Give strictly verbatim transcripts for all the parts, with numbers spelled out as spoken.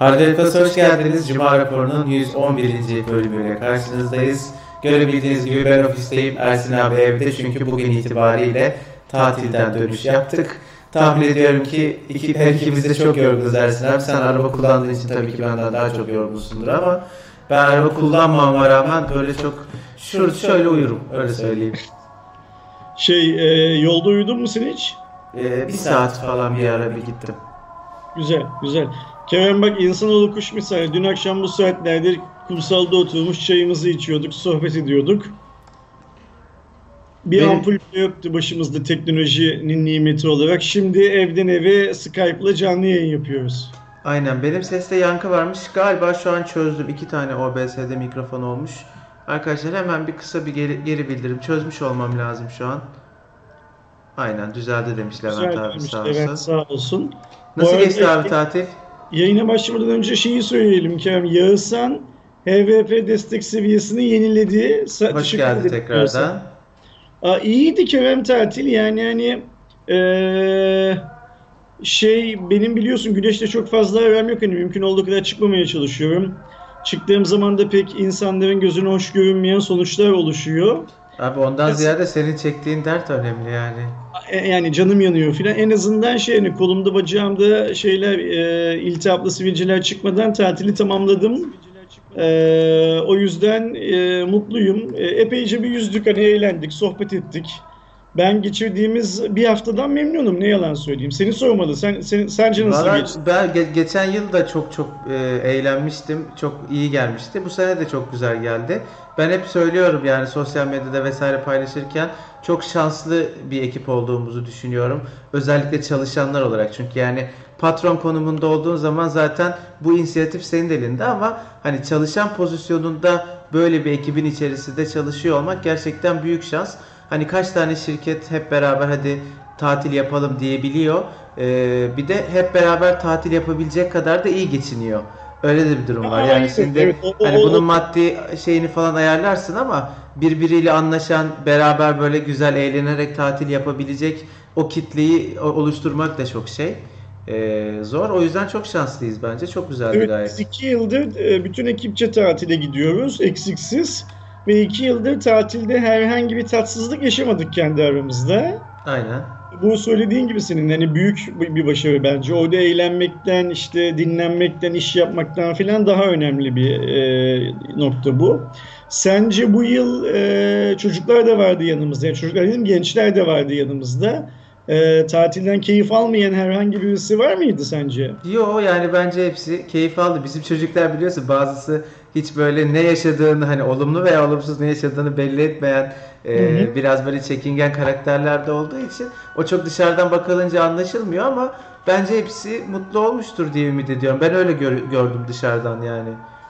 Hardware hoş geldiniz. Cuma raporunun yüz on birinci bölümüyle karşınızdayız. Görebildiğiniz gibi ben ofisteyim. Ersin abi evde çünkü bugün itibariyle tatilden dönüş yaptık. Tahmin ediyorum ki iki, her ikimiz de çok yorgunuz Ersin abi. Sen araba kullandığın için tabii ki benden daha çok yorgunsundur ama ben araba kullanmama rağmen böyle çok şur şöyle uyurum, öyle söyleyeyim. Şey e, yolda uyudun mu sen hiç? Ee, bir saat falan bir ara bir gittim. Güzel güzel. Kerem bak insanoğlu kuş misali. Dün akşam bu saatlerde kumsalda oturmuş çayımızı içiyorduk, sohbet ediyorduk. Bir Benim... ampul bile yoktu başımızda teknolojinin nimeti olarak. Şimdi evden eve Skype'la canlı yayın yapıyoruz. Aynen, benim seste yankı varmış. Galiba şu an çözdüm. İki tane O B S'de mikrofon olmuş. Arkadaşlar hemen bir kısa bir geri, geri bildirim çözmüş olmam lazım şu an. Aynen düzeldi demiş Levent Güzel abi, demiş sağ Levent, olsun. sağ olsun. Nasıl geçti abi tatil? Yayına başlamadan önce şeyi söyleyelim Kerem. Yağızhan H V P destek seviyesini yeniledi. Hoş geldi tekrardan. Aa, iyiydi Kerem tatil. Yani hani ee, şey benim biliyorsun güneşte çok fazla aram yok. Hani mümkün olduğu kadar çıkmamaya çalışıyorum. Çıktığım zaman da pek insanların gözüne hoş görünmeyen sonuçlar oluşuyor. Abi ondan Mesela, ziyade senin çektiğin dert önemli yani. Yani canım yanıyor filan. En azından şey hani kolumda bacağımda şeyler e, iltihaplı sivilceler çıkmadan tatili tamamladım. E, o yüzden e, mutluyum. E, epeyce bir yüzdük, hani eğlendik, sohbet ettik. Ben geçirdiğimiz bir haftadan memnunum, ne yalan söyleyeyim. Seni sormalı. Sen, sen sence nasıl Vallahi geçti? Ben ge- geçen yıl da çok çok e, eğlenmiştim. Çok iyi gelmişti. Bu sene de çok güzel geldi. Ben hep söylüyorum yani sosyal medyada vesaire paylaşırken çok şanslı bir ekip olduğumuzu düşünüyorum. Özellikle çalışanlar olarak. Çünkü yani patron konumunda olduğun zaman zaten bu inisiyatif senin elinde ama hani çalışan pozisyonunda böyle bir ekibin içerisinde çalışıyor olmak gerçekten büyük şans. Hani kaç tane şirket hep beraber hadi tatil yapalım diyebiliyor. Ee, bir de hep beraber tatil yapabilecek kadar da iyi geçiniyor. Öyle de bir durum var. Yani şimdi Evet, o, o, hani o, bunun maddi şeyini falan ayarlarsın ama birbiriyle anlaşan, beraber böyle güzel eğlenerek tatil yapabilecek o kitleyi oluşturmak da çok şey ee, zor. O yüzden çok şanslıyız bence. Çok güzeldi evet, gayet. biz iki yıldır e, bütün ekipçe tatile gidiyoruz, eksiksiz. Ve iki yıldır tatilde herhangi bir tatsızlık yaşamadık kendi aramızda. Aynen. Bu söylediğin gibi senin hani büyük bir başarı bence. Orada eğlenmekten, işte dinlenmekten, iş yapmaktan filan daha önemli bir e, nokta bu. Sence bu yıl e, çocuklar da vardı yanımızda. Yani çocuklar dedim, gençler de vardı yanımızda. E, tatilden keyif almayan herhangi birisi var mıydı sence? Yo yani bence hepsi keyif aldı. Bizim çocuklar biliyorsun bazısı hiç böyle ne yaşadığını hani olumlu veya olumsuz ne yaşadığını belli etmeyen Hı hı. e, biraz böyle çekingen karakterlerde olduğu için o çok dışarıdan bakılınca anlaşılmıyor ama bence hepsi mutlu olmuştur diye ümit ediyorum. Ben öyle gör- gördüm dışarıdan yani.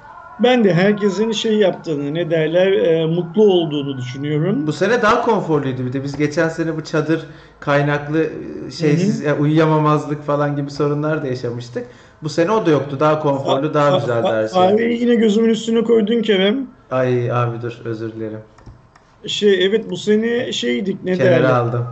Ben de herkesin şey yaptığını, ne derler, e, mutlu olduğunu düşünüyorum. Bu sene daha konforluydu bir de. Biz geçen sene bu çadır kaynaklı e, Hı hı. şeysiz e, uyuyamamazlık falan gibi sorunlar da yaşamıştık. Bu sene o da yoktu. Daha Fa- konforlu, daha fa- güzeldi fa- her şey. Fareyi yine gözümün üstüne koydun Kerem. Ay abi dur, özür dilerim. Şey evet, bu sene şeydik, ne Kenara derler. aldım.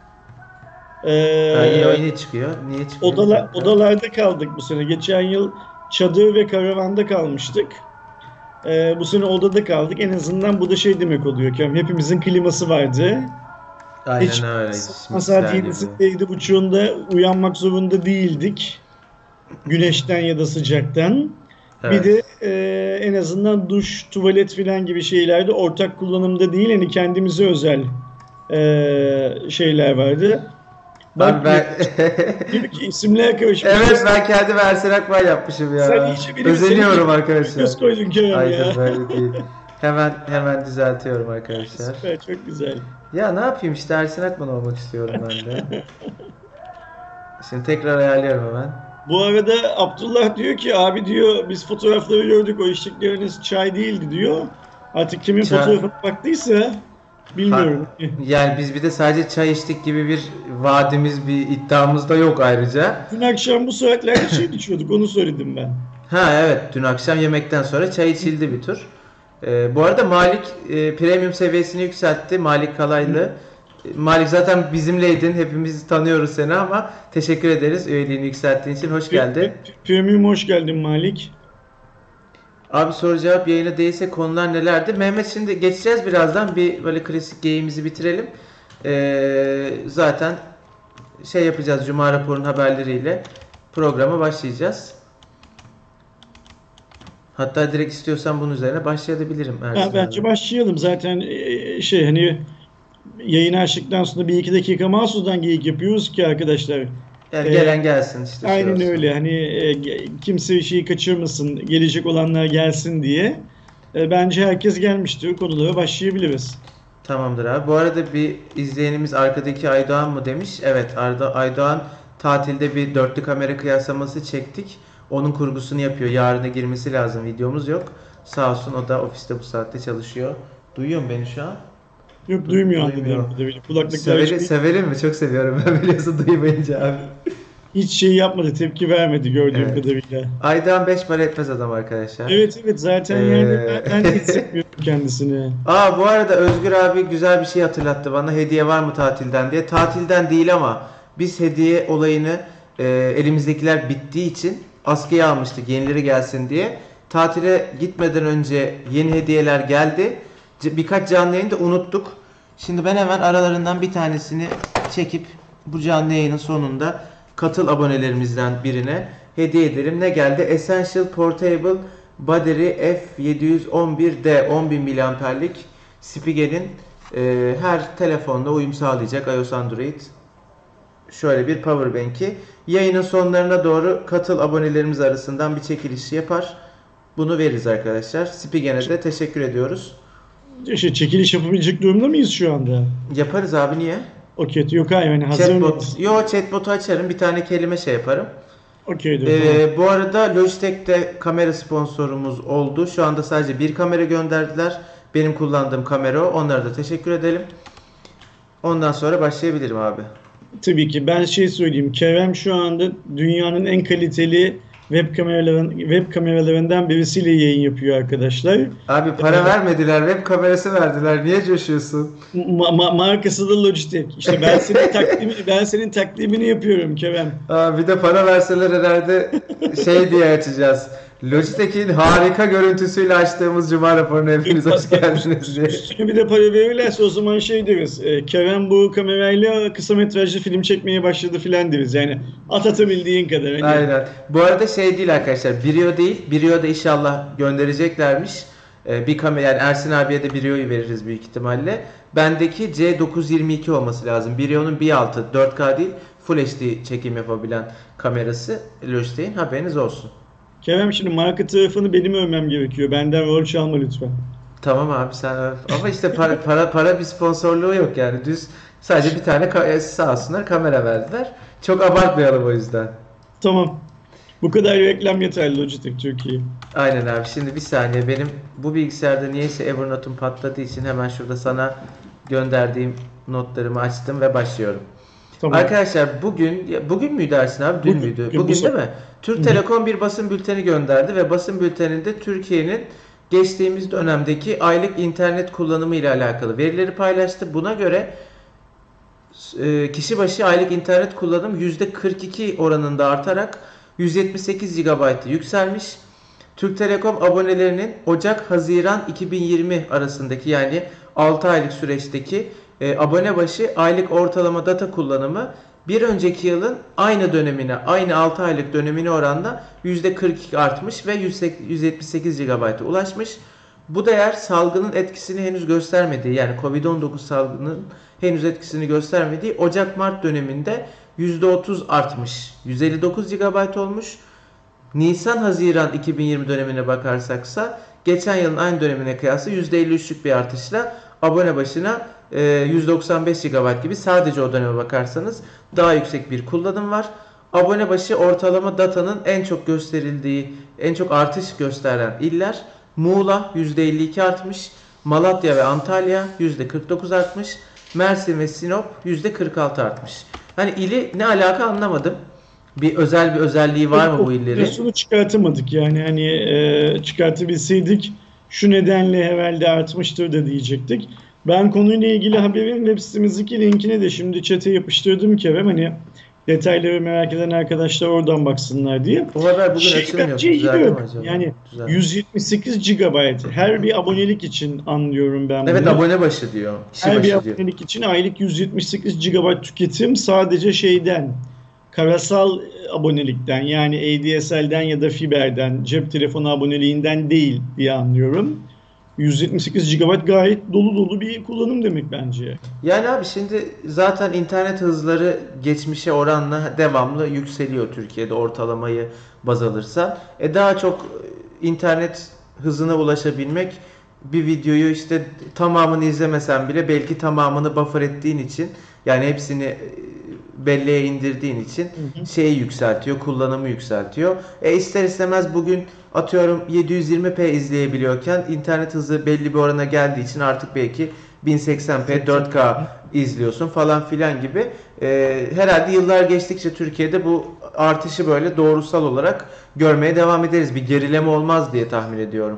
Ha, yine o Ee, yine çıkıyor. Niye çıkıyor bir odalar, dakika. odalarda kaldık bu sene. Geçen yıl çadır ve karavanda kalmıştık. Ee, bu sene odada kaldık. En azından bu da şey demek oluyor Kerem. Hepimizin kliması vardı. Aynen Hiç öyle. sabah saat Misler gibi. yedisinde yedi buçuğunda uyanmak zorunda değildik. Güneşten ya da sıcaktan. Bir Evet. de e, en azından duş, tuvalet filan gibi şeylerde ortak kullanımda değil. Hani kendimize özel e, şeyler vardı. Abi Bak ben diyor ki isimler karışmış. evet, ben kendime Ersen Akbay yapmışım Sen ya. iyice benim Özeniyorum senin arkadaşlar. göz koydun Kerem ya. Hayır böyle değil. Hemen hemen düzeltiyorum arkadaşlar. Süper, çok güzel. Ya ne yapayım işte, Ersin Akman olmak istiyorum ben de. Şimdi tekrar ayarlıyorum hemen. Bu arada Abdullah diyor ki abi diyor biz fotoğrafları gördük, o içtikleriniz çay değildi diyor. Artık kimin Ça fotoğrafına baktıysa ha, bilmiyorum. yani biz bir de sadece çay içtik gibi bir vaadimiz, bir iddiamız da yok ayrıca. Dün akşam bu saatlerde çay içiyorduk, onu söyledim ben. Ha evet, dün akşam yemekten sonra çay içildi bir tur. Ee, bu arada Malik e, premium seviyesini yükseltti. Malik Kalaylı Malik zaten bizimleydin. Hepimiz tanıyoruz seni ama teşekkür ederiz üyeliğini yükselttiğin için. Hoş geldin. Premium hoş geldin Malik. Abi soru cevap yayını değilse konular nelerdi? Mehmet şimdi geçeceğiz birazdan. Bir böyle klasik geyimizi bitirelim. Ee, zaten şey yapacağız. Cuma raporunun haberleriyle programa başlayacağız. Hatta direkt istiyorsan bunun üzerine başlayabilirim. Ha, bence başlayalım. Zaten e, şey hani yayını açtıktan sonra bir iki dakika mahsusdan geyik yapıyoruz ki arkadaşlar. Yani gelen gelsin işte. Şey Aynen olsun. öyle. Hani e, kimse şeyi kaçırmasın, gelecek olanlar gelsin diye. E, bence herkes gelmiştir. Konulara başlayabiliriz. Tamamdır abi. Bu arada bir izleyenimiz arkadaki Aydoğan mı demiş. Evet, Arda Aydoğan tatilde bir dörtlü kamera kıyaslaması çektik. Onun kurgusunu yapıyor. Yarına girmesi lazım. Videomuz yok. Sağ olsun o da ofiste bu saatte çalışıyor. Duyuyor mu beni şu an? Yok duymuyor Duymuyor. anladığım kadarıyla. Kulaklıklar Severi, açık. severim mi? Çok seviyorum. Ben biliyorsun duymayınca abi. Hiç şey yapmadı, tepki vermedi gördüğüm Evet. kadarıyla. Aydoğan beş para etmez adam arkadaşlar. Evet evet zaten Ee, yani ben, ben de hissetmiyorum kendisini. Aa bu arada Özgür abi güzel bir şey hatırlattı bana. Hediye var mı tatilden diye. Tatilden değil ama biz hediye olayını e, elimizdekiler bittiği için askıya almıştık yenileri gelsin diye. Tatile gitmeden önce yeni hediyeler geldi. C- birkaç canlı yayını da unuttuk. Şimdi ben hemen aralarından bir tanesini çekip bu canlı yayının sonunda katıl abonelerimizden birine hediye ederim. Ne geldi? Essential Portable Battery F yedi yüz on bir D on bin miliamperlik Spigen'in e, her telefonda uyum sağlayacak iOS Android şöyle bir powerbank'i. Yayının sonlarına doğru katıl abonelerimiz arasından bir çekiliş yapar. Bunu veririz arkadaşlar. Spigen'e de teşekkür ediyoruz. İşte çekiliş yapabilecek durumda mıyız şu anda? Yaparız abi niye? Okey yok hayır yani hazır Chatbot. mıyız? Yo chatbot'u açarım. Bir tane kelime şey yaparım. Okeydir. Ee, bu arada Logitech'te kamera sponsorumuz oldu. Şu anda sadece bir kamera gönderdiler. Benim kullandığım kamera o. Onlara da teşekkür edelim. Ondan sonra başlayabilirim abi. Tabii ki ben şey söyleyeyim. Kerem şu anda dünyanın en kaliteli web kameraların web kameralarından birisiyle yayın yapıyor arkadaşlar. Abi para Evet. vermediler. Web kamerası verdiler. Niye coşuyorsun? Ma- ma- markası da Logitech. İşte ben senin takdimini ben senin takdimini yapıyorum Kerem. Aa, bir de para verseler herhalde şey diye açacağız. Logitech'in harika görüntüsüyle açtığımız Cuma raporuna hepiniz hoş geldiniz diye. Üstüne bir de para verirlerse o zaman şey deriz. E, Kerem bu kamerayla kısa metrajlı film çekmeye başladı filan deriz. Yani at atabildiğin kadar. Hani Aynen. Bu arada şey değil arkadaşlar. Brio değil. Brio da inşallah göndereceklermiş. Ee, bir kamera yani Ersin abiye de Brio'yu veririz büyük ihtimalle. Bendeki C dokuz yirmi iki olması lazım. Brio'nun bir altı dört K değil Full H D çekim yapabilen kamerası Logitech'in, haberiniz olsun. Kerem şimdi marka tarafını benim övmem gerekiyor. Benden rol çalma lütfen. Tamam abi sen öv. Ama işte para para para bir sponsorluğu yok yani. Düz sadece bir tane ka- sağ olsunlar kamera verdiler. Çok abartmayalım o yüzden. Tamam. Bu kadar reklam yeterli Logitech çok iyi. Aynen abi. Şimdi bir saniye, benim bu bilgisayarda niyeyse Evernote'um patladığı için hemen şurada sana gönderdiğim notlarımı açtım ve başlıyorum. Tamam. Arkadaşlar bugün ya bugün müydü Ersin abi? Dün Bugün, müydü? bugün, Bugün bu değil mi? Türk Hı hı. Telekom bir basın bülteni gönderdi ve basın bülteninde Türkiye'nin geçtiğimiz dönemdeki aylık internet kullanımı ile alakalı verileri paylaştı. Buna göre e, kişi başı aylık internet kullanım yüzde kırk iki oranında artarak yüz yetmiş sekiz gigabayt'a yükselmiş. Türk Telekom abonelerinin Ocak-Haziran iki bin yirmi arasındaki yani altı aylık süreçteki e, abone başı aylık ortalama data kullanımı bir önceki yılın aynı dönemine, aynı altı aylık dönemine oranla yüzde kırk iki artmış ve yüz yetmiş sekiz gigabayt'a ulaşmış. Bu değer salgının etkisini henüz göstermediği, yani kovid on dokuz salgının henüz etkisini göstermediği Ocak-Mart döneminde yüzde otuz artmış. yüz elli dokuz gigabayt olmuş. Nisan-Haziran iki bin yirmi dönemine bakarsaksa geçen yılın aynı dönemine kıyasla yüzde elli üçlük bir artışla abone başına e, yüz doksan beş gigabayt gibi sadece o döneme bakarsanız daha yüksek bir kullanım var. Abone başı ortalama datanın en çok gösterildiği, en çok artış gösteren iller Muğla yüzde elli iki artmış, Malatya ve Antalya yüzde kırk dokuz artmış, Mersin ve Sinop yüzde kırk altı artmış. Hani ili ne alaka anlamadım. Bir özel bir özelliği var mı bu illerin? Resunu çıkartamadık yani hani e, çıkartabilseydik şu nedenle herhalde artmıştır da diyecektik. Ben konuyla ilgili haberin web sitemizdeki linkini de şimdi chat'e yapıştırdım Kerem. Hani detayları merak eden arkadaşlar oradan baksınlar diye. Bu haber bugün Şey açılmıyor. bence iyi bir Düzeldi mi rakam. acaba? Yani Düzeldi. yüz yetmiş sekiz gigabayt her bir abonelik için anlıyorum ben Evet, bunu. abone başı diyor. Kişi Her bir başı diyor. abonelik için aylık yüz yetmiş sekiz gigabayt tüketim sadece şeyden, karasal abonelikten yani A D S L'den ya da fiberden, cep telefonu aboneliğinden değil diye anlıyorum. yüz yetmiş sekiz gigabayt gayet dolu dolu bir kullanım demek bence. Yani abi şimdi zaten internet hızları geçmişe oranla devamlı yükseliyor Türkiye'de ortalamayı baz alırsa. E daha çok internet hızına ulaşabilmek bir videoyu işte tamamını izlemesen bile belki tamamını buffer ettiğin için yani hepsini e, belleğe indirdiğin için Hı hı. şeyi yükseltiyor, kullanımı yükseltiyor. E ister istemez bugün atıyorum yedi yüz yirmi p izleyebiliyorken internet hızı belli bir orana geldiği için artık belki bin seksen p dört K izliyorsun falan filan gibi. Ee, herhalde yıllar geçtikçe Türkiye'de bu artışı böyle doğrusal olarak görmeye devam ederiz. Bir gerileme olmaz diye tahmin ediyorum.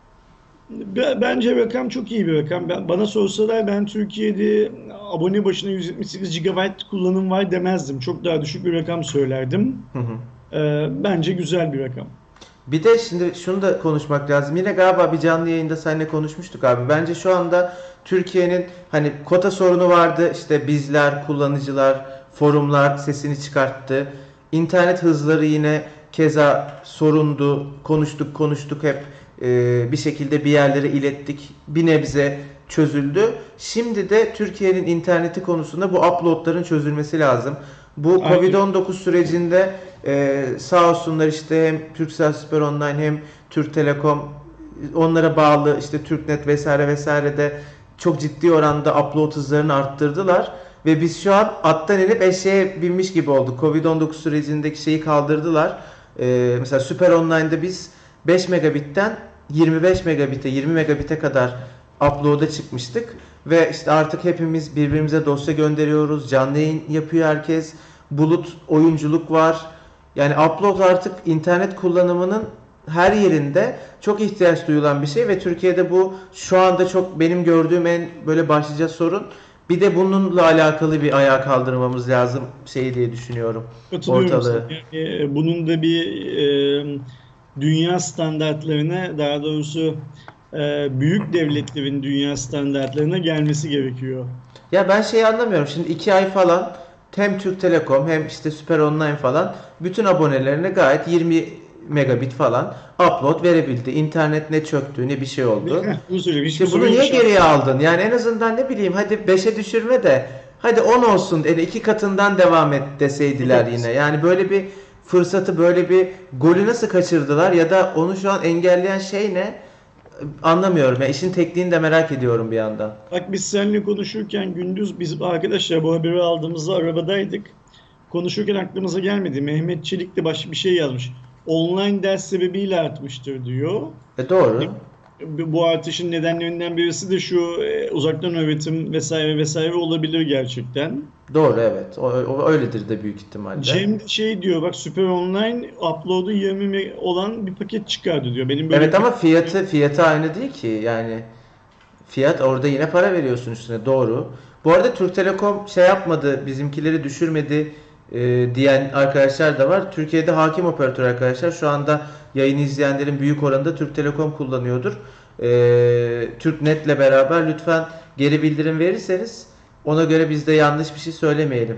Be- Bence rakam çok iyi bir rakam. Ben, bana sorsalar ben Türkiye'de abone başına yüz yetmiş sekiz gigabayt kullanım var demezdim. Çok daha düşük bir rakam söylerdim. Hı hı. Ee, bence güzel bir rakam. Bir de şimdi şunu da konuşmak lazım. Yine galiba bir canlı yayında seninle konuşmuştuk abi. Bence şu anda Türkiye'nin hani kota sorunu vardı. İşte bizler, kullanıcılar, forumlar sesini çıkarttı. İnternet hızları yine keza sorundu. Konuştuk, konuştuk hep e, bir şekilde bir yerlere ilettik. Bir nebze çözüldü. Şimdi de Türkiye'nin interneti konusunda bu uploadların çözülmesi lazım. Bu Aynen. Covid on dokuz sürecinde ee, sağ olsunlar işte hem Turkcell Süper Online hem Türk Telekom onlara bağlı işte Türknet vesaire vesaire de çok ciddi oranda upload hızlarını arttırdılar ve biz şu an attan inip eşeğe binmiş gibi olduk. Covid on dokuz sürecindeki şeyi kaldırdılar. Ee, mesela Süper Online'da biz beş megabitten yirmi beş megabite yirmi megabite kadar upload'a çıkmıştık ve işte artık hepimiz birbirimize dosya gönderiyoruz. Canlı yayın yapıyor herkes. Bulut oyunculuk var. Yani upload artık internet kullanımının her yerinde çok ihtiyaç duyulan bir şey ve Türkiye'de bu şu anda çok benim gördüğüm en böyle başlıca sorun. Bir de bununla alakalı bir ayağa kaldırmamız lazım şey diye düşünüyorum Katılıyorum sana. ortalığı. Yani, e, bunun da bir e, dünya standartlarına, daha doğrusu e, büyük devletlerin dünya standartlarına gelmesi gerekiyor. Ya ben şeyi anlamıyorum. Şimdi iki ay falan hem Türk Telekom hem işte Süper Online falan bütün abonelerine gayet yirmi megabit falan upload verebildi. İnternet ne çöktü ne bir şey oldu. Bunu söyleyeyim. Hiçbir İşte bunu sorun niye yaşamadım. geriye aldın? Yani en azından ne bileyim hadi beşe düşürme de hadi on olsun yani iki katından devam et Çok deseydiler yine. haklısın. Yani böyle bir fırsatı böyle bir golü nasıl kaçırdılar ya da onu şu an engelleyen şey ne? Anlamıyorum. Ya işin tekniğini de merak ediyorum bir yandan. Bak biz seninle konuşurken gündüz biz arkadaşlar bu haberi aldığımızda arabadaydık. Konuşurken aklımıza gelmedi. Mehmet Çelik de başka bir şey yazmış. Online ders sebebiyle artmıştır diyor. E doğru. Bu artışın nedenlerinden birisi de şu e, uzaktan öğretim vesaire vesaire olabilir gerçekten. Doğru evet. O, o öyledir de büyük ihtimalle. Cem şey diyor bak Süper Online upload'u yirmi me- olan bir paket çıkardı diyor. Benim böyle Evet bir ama paketim yok. fiyatı fiyatı aynı değil ki. Yani fiyat orada yine para veriyorsun üstüne. Doğru. Bu arada Türk Telekom şey yapmadı, bizimkileri düşürmedi e, diyen arkadaşlar da var. Türkiye'de hakim operatör arkadaşlar. Şu anda yayını izleyenlerin büyük oranda Türk Telekom kullanıyordur. E, Türknet'le beraber lütfen geri bildirim verirseniz ona göre biz de yanlış bir şey söylemeyelim.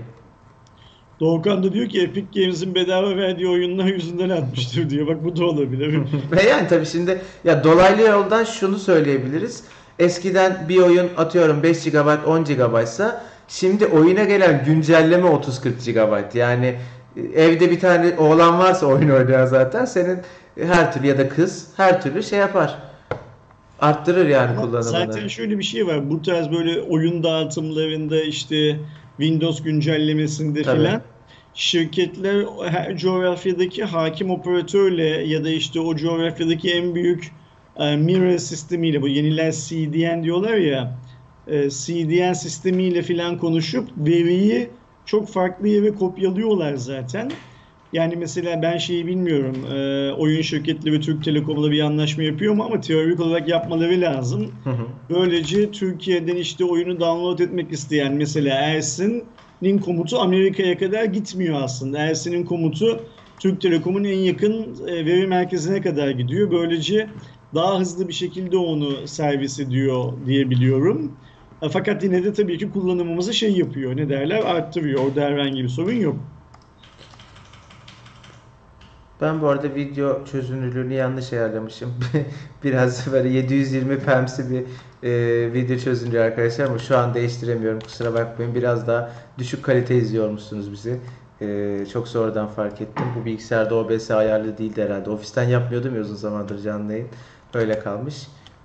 Doğukan da diyor ki Epic Games'in bedava verdiği oyunlar yüzünden atmıştır diyor. Bak bu da olabilir. Ve yani tabii şimdi ya dolaylı yoldan şunu söyleyebiliriz. Eskiden bir oyun atıyorum beş gigabayt on gigabaytsa şimdi oyuna gelen güncelleme otuz kırk gigabayt. Yani e, evde bir tane oğlan varsa oyun oynayan zaten senin her türlü ya da kız her türlü şey yapar. Arttırır yani Ama kullanımını. zaten şöyle bir şey var. Bu tarz böyle oyun dağıtımlarında işte Windows güncellemesinde Tabii. filan şirketler her coğrafyadaki hakim operatörle ya da işte o coğrafyadaki en büyük e, mirror sistemiyle bu yenilen C D N diyorlar ya e, C D N sistemiyle filan konuşup veriyi çok farklı yere kopyalıyorlar zaten. Yani mesela ben şeyi bilmiyorum. E, oyun şirketleri Türk Telekom'la bir anlaşma yapıyor mu, ama teorik olarak yapmaları lazım. Hı hı. Böylece Türkiye'den işte oyunu download etmek isteyen mesela Ersin'in komutu Amerika'ya kadar gitmiyor aslında. Ersin'in komutu Türk Telekom'un en yakın e, veri merkezine kadar gidiyor. Böylece daha hızlı bir şekilde onu servis ediyor diye biliyorum. E, Fakat yine de tabii ki kullanımımızı şey yapıyor, ne derler, arttırıyor. Orada herhangi bir sorun yok. Ben bu arada video çözünürlüğünü yanlış ayarlamışım. Biraz böyle yedi yüz yirmi pemsi bir e, video çözünürlüğü arkadaşlar, ama şu an değiştiremiyorum. Kusura bakmayın. Biraz daha düşük kalite izliyormuşsunuz bizi. E, çok sonradan fark ettim. Bu bilgisayarda O B S ayarlı değildi herhalde. Ofisten yapmıyordum ya uzun zamandır canlı yayın. Öyle kalmış.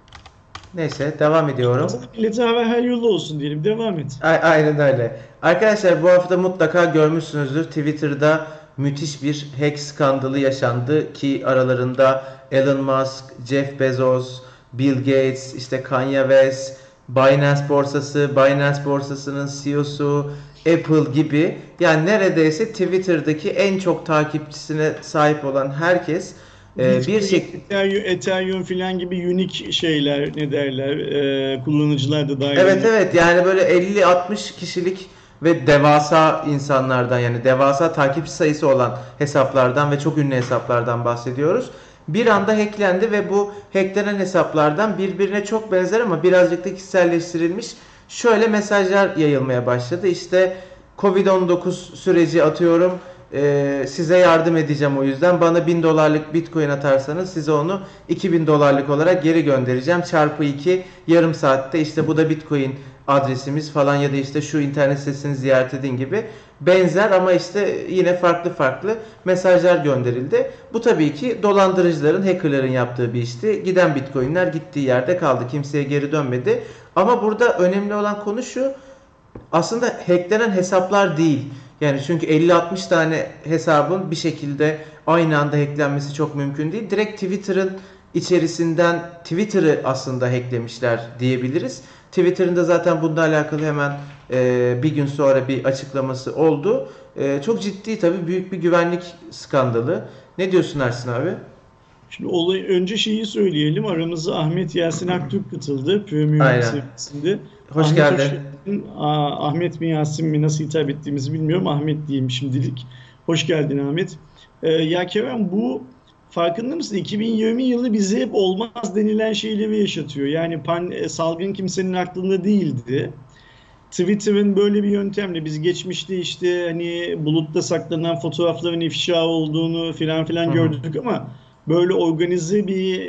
Neyse, devam ediyorum. Millete haber hayırlı olsun diyelim. Devam et. A- Aynen öyle. Arkadaşlar, bu hafta mutlaka görmüşsünüzdür. Twitter'da müthiş bir hack skandalı yaşandı ki aralarında Elon Musk, Jeff Bezos, Bill Gates, işte Kanye West, Binance borsası, Binance borsasının C E O'su, Apple gibi, yani neredeyse Twitter'daki en çok takipçisine sahip olan herkes e, bir Bitcoin, şekilde. Ethereum, Ethereum filan gibi unique şeyler, ne derler, e, kullanıcılar da dahil Evet, olmak. evet, yani böyle elli altmış kişilik ve devasa insanlardan, yani devasa takipçi sayısı olan hesaplardan ve çok ünlü hesaplardan bahsediyoruz. Bir anda hacklendi ve bu hacklenen hesaplardan birbirine çok benzer ama birazcık da kişiselleştirilmiş şöyle mesajlar yayılmaya başladı. İşte Covid on dokuz süreci, atıyorum, e, size yardım edeceğim, o yüzden bana bin dolarlık bitcoin atarsanız size onu iki bin dolarlık olarak geri göndereceğim. Çarpı iki, yarım saatte, işte bu da bitcoin adresimiz falan, ya da işte şu internet sitesini ziyaret edin gibi benzer ama işte yine farklı farklı mesajlar gönderildi. Bu tabii ki dolandırıcıların, hackerların yaptığı bir işti. Giden bitcoinler gittiği yerde kaldı. Kimseye geri dönmedi. Ama burada önemli olan konu şu: aslında hacklenen hesaplar değil. Yani çünkü elli altmış tane hesabın bir şekilde aynı anda hacklenmesi çok mümkün değil. Direkt Twitter'ın içerisinden Twitter'ı aslında hacklemişler diyebiliriz. Twitter'ın da zaten bununla alakalı hemen e, bir gün sonra bir açıklaması oldu. E, çok ciddi, tabii büyük bir güvenlik skandalı. Ne diyorsun Ersin abi? Şimdi olay, önce şeyi söyleyelim. Aramıza Ahmet Yasin Aktürk katıldı. Premium Aynen. seviyesinde. Hoş Ahmet hoş geldin. geldin. Aa, Ahmet mi Yasin mi, nasıl hitap ettiğimizi bilmiyorum. Ahmet diyeyim şimdilik. Hoş geldin Ahmet. Ee, ya Kerem, bu farkında mısın? iki bin yirmi yılı bize hep olmaz denilen şeyleri yaşatıyor. Yani pan, e, salgın kimsenin aklında değildi. Twitter'ın böyle bir yöntemle biz geçmişte işte hani bulutta saklanan fotoğrafların ifşa olduğunu filan Hı filan hı. gördük, ama böyle organize bir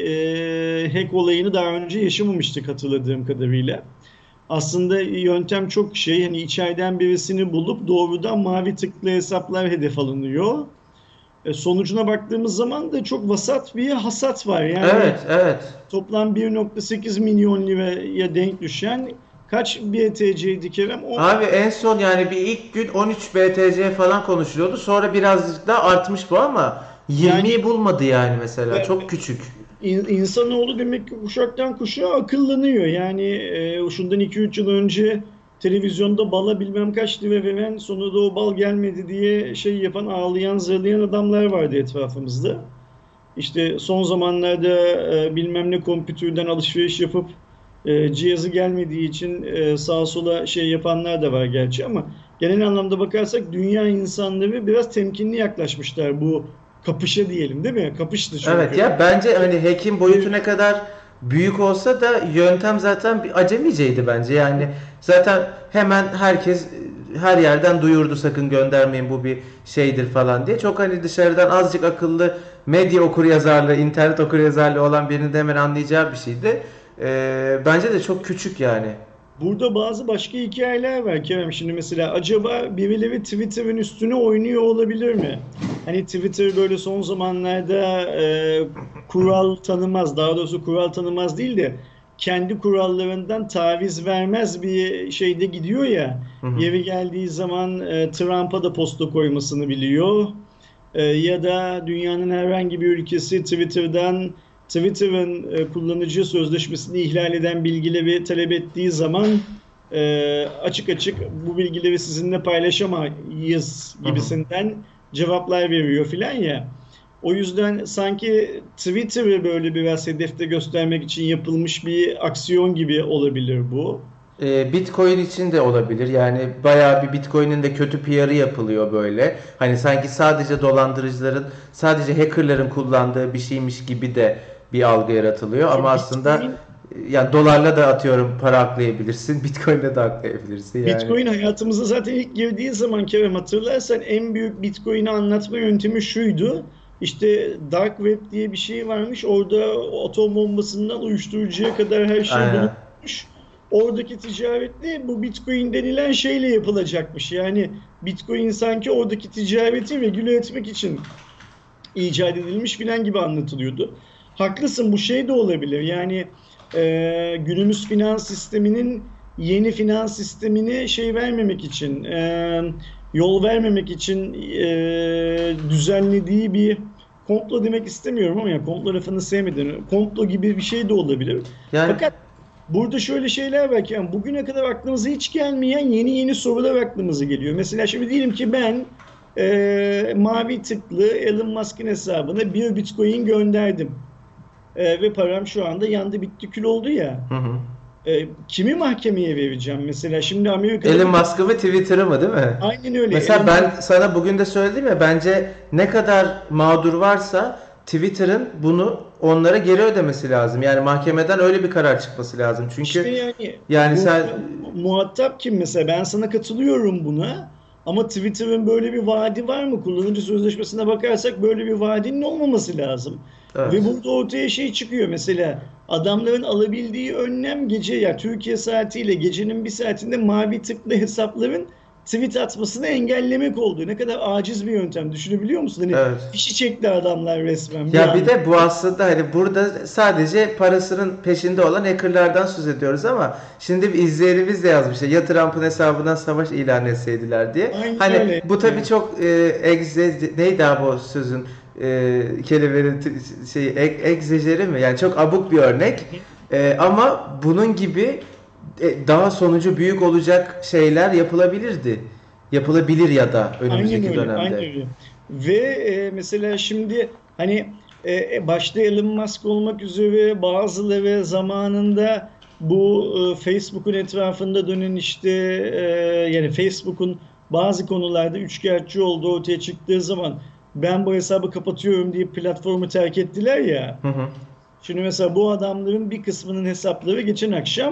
e, hack olayını daha önce yaşamamıştık hatırladığım kadarıyla. Aslında yöntem çok şey, hani içeriden birisini bulup doğrudan mavi tıklı hesaplar hedef alınıyor. E, sonucuna baktığımız zaman da çok vasat bir hasat var. Yani Evet, evet. toplam bir nokta sekiz milyon liraya denk düşen kaç B T C'ydi Kerem? O, Abi en son yani bir ilk gün on üç B T C falan konuşuluyordu. Sonra birazcık daha artmış bu, ama yani yirmiyi bulmadı yani mesela. ve- Çok küçük. in- insanoğlu demek ki kuşaktan kuşağa akıllanıyor. Yani e, şundan iki üç yıl önce televizyonda bala bilmem kaç lira veren, sonra da o bal gelmedi diye şey yapan, ağlayan zırlayan adamlar vardı etrafımızda. İşte son zamanlarda e, bilmem ne kompütürden alışveriş yapıp e, cihazı gelmediği için e, sağa sola şey yapanlar da var gerçi, ama genel anlamda bakarsak dünya insanları biraz temkinli yaklaşmışlar bu kapışa diyelim, değil mi? Kapıştı Evet çünkü. ya, bence hani hack'in boyutu ne kadar büyük olsa da yöntem zaten bir acemiceydi bence. Yani zaten hemen herkes her yerden duyurdu, sakın göndermeyin, bu bir şeydir falan diye. Çok hani dışarıdan azıcık akıllı medya okuryazarlığı, internet okuryazarlığı olan birinin de hemen anlayacağı bir şeydi. Ee, bence de çok küçük yani. Burada bazı başka hikayeler var Kerem. Şimdi mesela acaba birileri Twitter'ın üstüne oynuyor olabilir mi? Hani Twitter böyle son zamanlarda e, kural tanımaz, daha doğrusu kural tanımaz değil de kendi kurallarından taviz vermez bir şeyde gidiyor ya. Hı hı. Yeri geldiği zaman e, Trump'a da posta koymasını biliyor. E, ya da dünyanın herhangi bir ülkesi Twitter'dan Twitter'ın e, kullanıcı sözleşmesini ihlal eden bilgileri talep ettiği zaman e, açık açık bu bilgileri sizinle paylaşamayız Hı hı. gibisinden cevaplar veriyor filan ya. O yüzden sanki Twitter'ı böyle biraz hedefte göstermek için yapılmış bir aksiyon gibi olabilir bu. Ee, Bitcoin için de olabilir. Yani bayağı bir Bitcoin'in de kötü P R'ı yapılıyor böyle. Hani sanki sadece dolandırıcıların, sadece hackerların kullandığı bir şeymiş gibi de bir algı yaratılıyor. Ama Çünkü aslında Bitcoin e, yani dolarla da atıyorum para aklayabilirsin. Bitcoin'le de aklayabilirsin yani. Bitcoin hayatımıza zaten ilk girdiği zaman Kerem, hatırlarsan en büyük Bitcoin'i anlatma yöntemi şuydu. İşte Dark Web diye bir şey varmış. Orada atom bombasından uyuşturucuya kadar her şey Aynen. bulunmuş. Oradaki ticaretle bu Bitcoin denilen şeyle yapılacakmış. Yani Bitcoin sanki oradaki ticareti regüle etmek için icat edilmiş filan gibi anlatılıyordu. Haklısın, bu şey de olabilir. Yani e, günümüz finans sisteminin yeni finans sistemini şey vermemek için, e, yol vermemek için e, düzenlediği bir komplo demek istemiyorum ama ya komplo lafını sevmedim. Komplo gibi bir şey de olabilir. Yani Fakat burada şöyle şeyler var ki yani bugüne kadar aklımıza hiç gelmeyen yeni yeni sorular aklımıza geliyor. Mesela şimdi diyelim ki ben e, mavi tıklı Elon Musk'ın hesabına bir Bitcoin gönderdim. E, ve param şu anda yandı bitti kül oldu ya. hı hı. E, kimi mahkemeye vereceğim mesela? Şimdi Amerika'da Elon bir Musk'ı mı Twitter'ı mı değil mi? aynen öyle. Mesela Elon ben Musk sana bugün de söyledim ya, bence ne kadar mağdur varsa Twitter'ın bunu onlara geri ödemesi lazım. Yani mahkemeden öyle bir karar çıkması lazım. işte Çünkü yani yani bu sen muhatap kim mesela? Ben sana katılıyorum buna. Ama Twitter'ın böyle bir vaadi var mı? Kullanıcı sözleşmesine bakarsak böyle bir vaadinin olmaması lazım. Ve evet. burada ortaya şey çıkıyor mesela, adamların alabildiği önlem gece, ya Türkiye saatiyle gecenin bir saatinde mavi tıklı hesapların tweet atmasını engellemek oldu. Ne kadar aciz bir yöntem, düşünebiliyor musun? Hani Evet. fişi çekti adamlar resmen bir Ya bir anda. de bu aslında hani burada sadece parasının peşinde olan hackerlardan söz ediyoruz ama şimdi bir izleyenimiz de yazmış ya, ya Trump'ın hesabından savaş ilan etseydiler diye. Aynen Hani öyle. bu tabii Yani. çok e, egze, neydi abi o sözün e, kelimenin t- şey e, egzajeri mi? Yani çok abuk bir örnek. E, ama bunun gibi e, daha sonucu büyük olacak şeyler yapılabilirdi. Yapılabilir ya da Aynen önümüzdeki öyle, aynen dönemde. öyle. Ve e, mesela şimdi hani e, e, başta Elon Musk olmak üzere bazıları zamanında bu e, Facebook'un etrafında dönen işte e, yani Facebook'un bazı konularda üçkağıtçı olduğu ortaya çıktığı zaman ben bu hesabı kapatıyorum diye platformu terk ettiler ya. Hı hı. Şimdi mesela bu adamların bir kısmının hesapları geçen akşam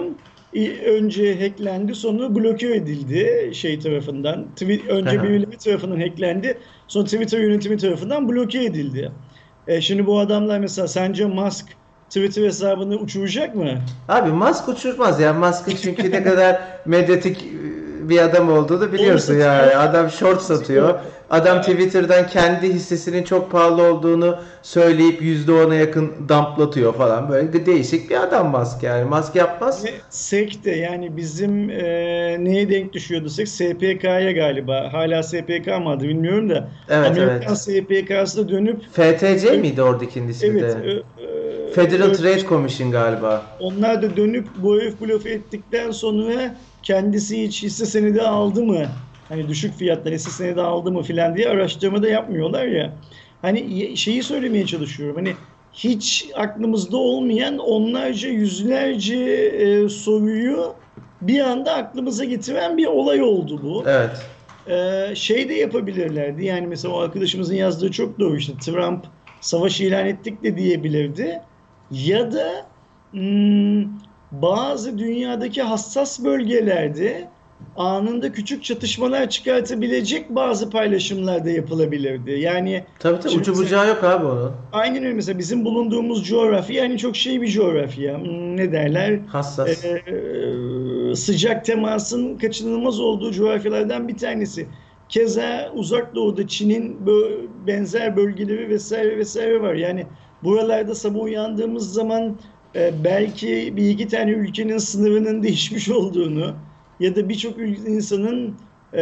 önce hacklendi, sonra bloke edildi şey tarafından. Twi- önce Aha. birileri tarafından hacklendi, sonra Twitter yönetimi tarafından bloke edildi. E şimdi bu adamlar mesela, sence Musk Twitter hesabını uçuracak mı? Abi Musk uçurmaz ya. Musk'ın çünkü ne kadar medyatik e, bir adam olduğunu Doğru biliyorsun satıyor. yani. Adam short Satıyor. satıyor. Adam Twitter'dan kendi hissesinin çok pahalı olduğunu söyleyip yüzde ona yakın dumplatıyor falan. Böyle değişik bir adam Musk yani. Musk yapmaz. Ve S E C de yani bizim e, neye denk düşüyordu S E C? S P K'ya galiba. Hala S P K mı adı bilmiyorum da. Evet, Amerikan evet. S P K'sı da dönüp F T C miydi oradakinin ismi evet, de? ö- Federal ö- Trade Commission galiba. onlar da dönüp bu herif blofe ettikten sonra kendisi hiç hisse senedi aldı mı? Hani düşük fiyattan hisse senedi aldı mı filan diye araştırma da yapmıyorlar ya. Hani şeyi söylemeye çalışıyorum. Hani hiç aklımızda olmayan onlarca yüzlerce e, soruyu bir anda aklımıza getiren bir olay oldu bu. Evet. Ee, şey de yapabilirlerdi. Yani mesela o arkadaşımızın yazdığı çok doğru, işte Trump savaş ilan ettik de diyebilirdi. Ya da hmm, bazı dünyadaki hassas bölgelerde anında küçük çatışmalar çıkartabilecek bazı paylaşımlar da yapılabilirdi. Yani Tabii tabii, şimdi ucu mesela bucağı yok abi onun. aynen öyle, mesela bizim bulunduğumuz coğrafya yani çok şey bir coğrafya. Hmm, ne derler? Hassas. Ee, sıcak temasın kaçınılmaz olduğu coğrafyalardan bir tanesi. Keza Uzak Doğu'da Çin'in benzer bölgeleri vesaire vesaire var. Yani buralarda sabah uyandığımız zaman e, belki bir iki tane ülkenin sınırının değişmiş olduğunu ya da birçok insanın e,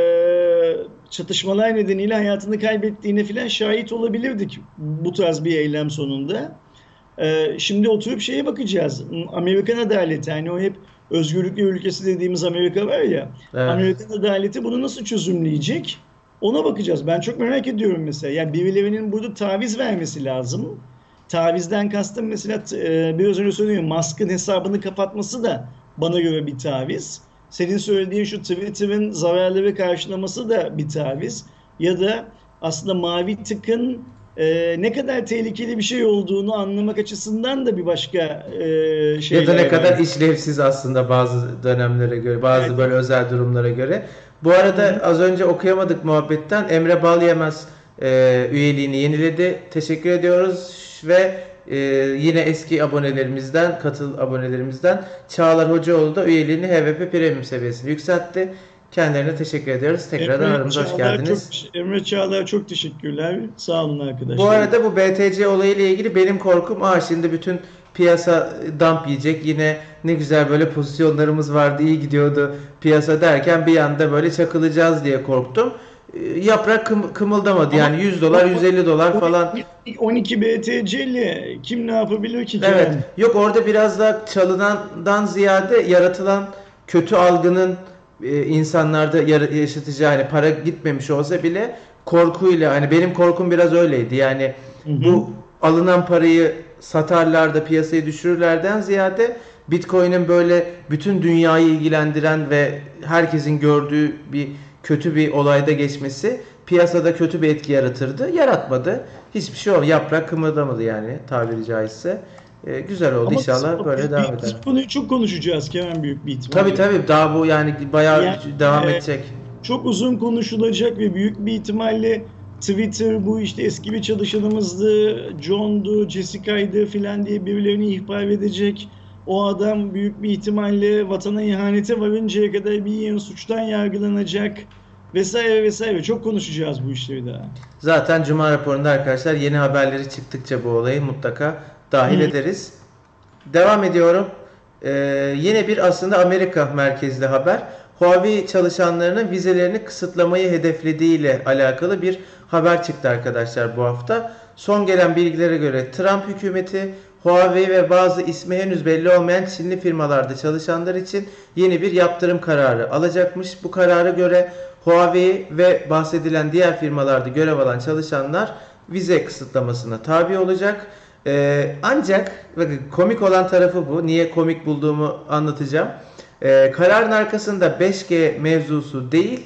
çatışmalar nedeniyle hayatını kaybettiğine filan şahit olabilirdik bu tarz bir eylem sonunda. Ee, şimdi oturup şeye bakacağız. Amerikan adaleti, hani o hep özgürlükler ülkesi dediğimiz Amerika var ya. Evet. Amerikan adaleti bunu nasıl çözümleyecek? Ona bakacağız. Ben çok merak ediyorum mesela. Yani birilerinin burada taviz vermesi lazım. Tavizden kastım mesela e, biraz önce söylediğim Musk'ın hesabını kapatması da bana göre bir taviz. Senin söylediğin şu Twitter'ın zararları karşılaması da bir taviz. Ya da aslında mavi tıkın e, ne kadar tehlikeli bir şey olduğunu anlamak açısından da bir başka e, Ya da ne şeyler kadar var. işlevsiz aslında bazı dönemlere göre, bazı Evet. böyle özel durumlara göre. Bu arada Hı-hı. az önce okuyamadık muhabbetten. Emre Balyemez e, üyeliğini yeniledi. Teşekkür ediyoruz ve e, yine eski abonelerimizden, katıl abonelerimizden Çağlar Hocaoğlu da üyeliğini H V P Premium seviyesine yükseltti. Kendilerine teşekkür ediyoruz. Tekrardan Emre aramıza hoş Çağlar çok geldiniz. Emre Çağlar çok teşekkürler. Sağ olun Bu arkadaşlar. arada bu B T C olayıyla ilgili benim korkum, aa şimdi bütün piyasa dump yiyecek, yine ne güzel böyle pozisyonlarımız vardı, iyi gidiyordu piyasa derken bir anda böyle çakılacağız diye korktum. Ee, Yaprak kım- kımıldamadı Ama yani yüz dolar yüz elli dolar falan. on iki B T C ile kim ne yapabilir ki Evet, Kerem? yok orada biraz da çalınandan ziyade yaratılan kötü algının e, insanlarda yara- yaşatacağı, hani para gitmemiş olsa bile korkuyla, hani benim korkum biraz öyleydi yani Hı hı. bu alınan parayı satarlar da piyasayı düşürürlerden ziyade Bitcoin'in böyle bütün dünyayı ilgilendiren ve herkesin gördüğü bir kötü bir olayda geçmesi piyasada kötü bir etki yaratırdı. Yaratmadı. Hiçbir şey olmadı. Yaprak kımıldamadı yani tabiri caizse. Ee, güzel oldu. Ama biz, İnşallah böyle biz, devam eder. biz bu konuyu çok konuşacağız Kerem büyük bir Tabii ihtimalle. tabii, daha bu yani bayağı Yani devam e, edecek. çok uzun konuşulacak ve büyük bir ihtimalle Twitter bu işte eski bir çalışanımızdı, John'du, Jessica'ydı filan diye birilerini ihbar edecek. O adam büyük bir ihtimalle vatana ihanete varıncaya kadar bir yığın suçtan yargılanacak vesaire vesaire. Çok konuşacağız bu işleri daha. Zaten Cuma raporunda arkadaşlar yeni haberleri çıktıkça bu olayı mutlaka dahil Hı. ederiz. Devam ediyorum. Ee, yine bir aslında Amerika merkezli haber. Huawei çalışanlarının vizelerini kısıtlamayı hedeflediğiyle alakalı bir haber çıktı arkadaşlar bu hafta. Son gelen bilgilere göre Trump hükümeti Huawei ve bazı ismi henüz belli olmayan Çinli firmalarda çalışanlar için yeni bir yaptırım kararı alacakmış. Bu karara göre Huawei ve bahsedilen diğer firmalarda görev alan çalışanlar vize kısıtlamasına tabi olacak. Ee, ancak bakın, komik olan tarafı bu. Niye komik bulduğumu anlatacağım. Ee, kararın arkasında beş G mevzusu değil,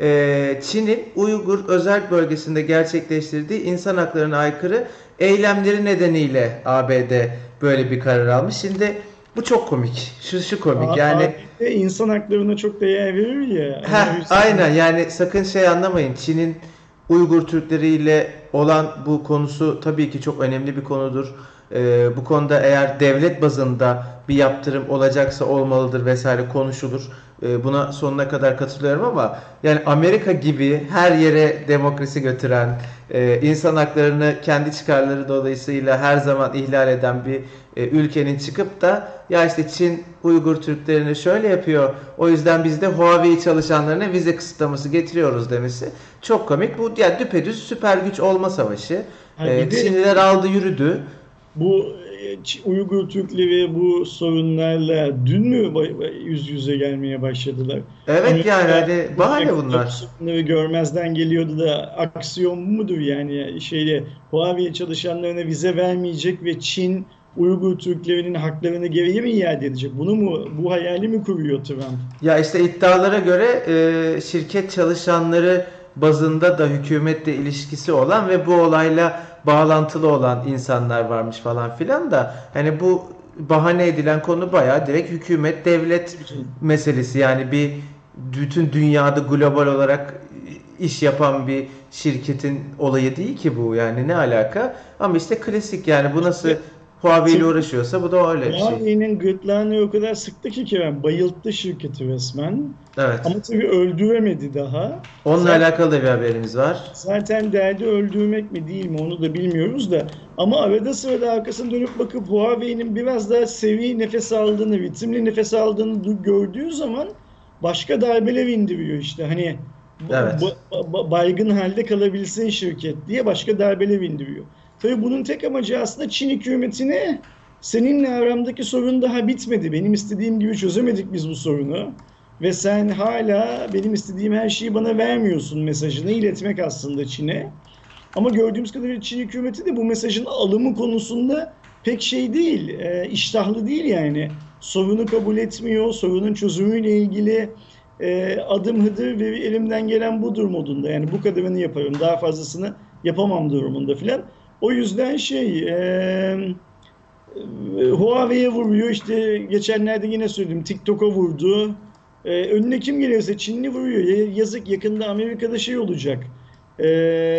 e, Çin'in Uygur özel bölgesinde gerçekleştirdiği insan haklarına aykırı eylemleri nedeniyle A B D böyle bir karar almış. Şimdi bu çok komik. Şu şu komik. A- Yani ABD insan haklarına çok değer verir ya. Ona heh, bir- aynen yani sakın şey anlamayın. Çin'in Uygur Türkleriyle olan bu konusu tabii ki çok önemli bir konudur. Ee, bu konuda eğer devlet bazında bir yaptırım olacaksa olmalıdır vesaire konuşulur. Ee, buna sonuna kadar katılıyorum ama yani Amerika gibi her yere demokrasi götüren, e, insan haklarını kendi çıkarları dolayısıyla her zaman ihlal eden bir e, ülkenin çıkıp da ya işte Çin Uygur Türklerini şöyle yapıyor, o yüzden biz de Huawei çalışanlarına vize kısıtlaması getiriyoruz demesi çok komik. Bu yani düpedüz süper güç olma savaşı. Ha, E, bir de Çinliler aldı yürüdü. bu e, Ç- Uygur Türkleri bu sorunlarla dün mü ba- yüz yüze gelmeye başladılar? Evet yani Amerika hani bahane Amerika bu bunlar. sorunları görmezden geliyordu da aksiyon mudur yani şeyle Huawei çalışanlarına vize vermeyecek ve Çin Uygur Türklerinin haklarını geriye mi iade edecek? Bunu mu bu hayali mi kuruyor Trump? Ya işte iddialara göre e, şirket çalışanları bazında da hükümetle ilişkisi olan ve bu olayla bağlantılı olan insanlar varmış falan filan da hani bu bahane edilen konu bayağı direkt hükümet devlet meselesi, yani bir bütün dünyada global olarak iş yapan bir şirketin olayı değil ki bu, yani ne alaka, ama işte klasik yani bu nasıl İşte Huawei ile uğraşıyorsa bu da öyle bir şey. Huawei'nin gırtlağını o kadar sıktı ki Kerem, bayılttı şirketi resmen. Evet. Ama tabii öldüremedi daha. Onunla Zaten, alakalı da bir haberimiz var. zaten derdi öldürmek mi değil mi onu da bilmiyoruz da. Ama arada sırada arkasını dönüp bakıp Huawei'nin biraz daha seri nefes aldığını, ritimli nefes aldığını du- gördüğü zaman başka darbeler indiriyor işte. Hani ba- Evet. ba- ba- baygın halde kalabilsin şirket diye başka darbeler indiriyor. Tabii bunun tek amacı aslında Çin hükümetine seninle aramdaki sorun daha bitmedi. Benim istediğim gibi çözemedik biz bu sorunu. ve sen hala benim istediğim her şeyi bana vermiyorsun mesajını iletmek aslında Çin'e. Ama gördüğümüz kadarıyla Çin hükümeti de bu mesajın alımı konusunda pek şey değil, e, iştahlı değil yani. Sorunu kabul etmiyor, sorunun çözümüyle ilgili e, adım hıdır ve elimden gelen budur modunda. Yani bu kadarını yaparım, daha fazlasını yapamam durumunda filan. O yüzden şey, e, Huawei'ye vuruyor, işte geçenlerde yine söyledim, TikTok'a vurdu. E, önüne kim gelirse Çinli vuruyor. Yazık, yakında Amerika'da şey olacak. E,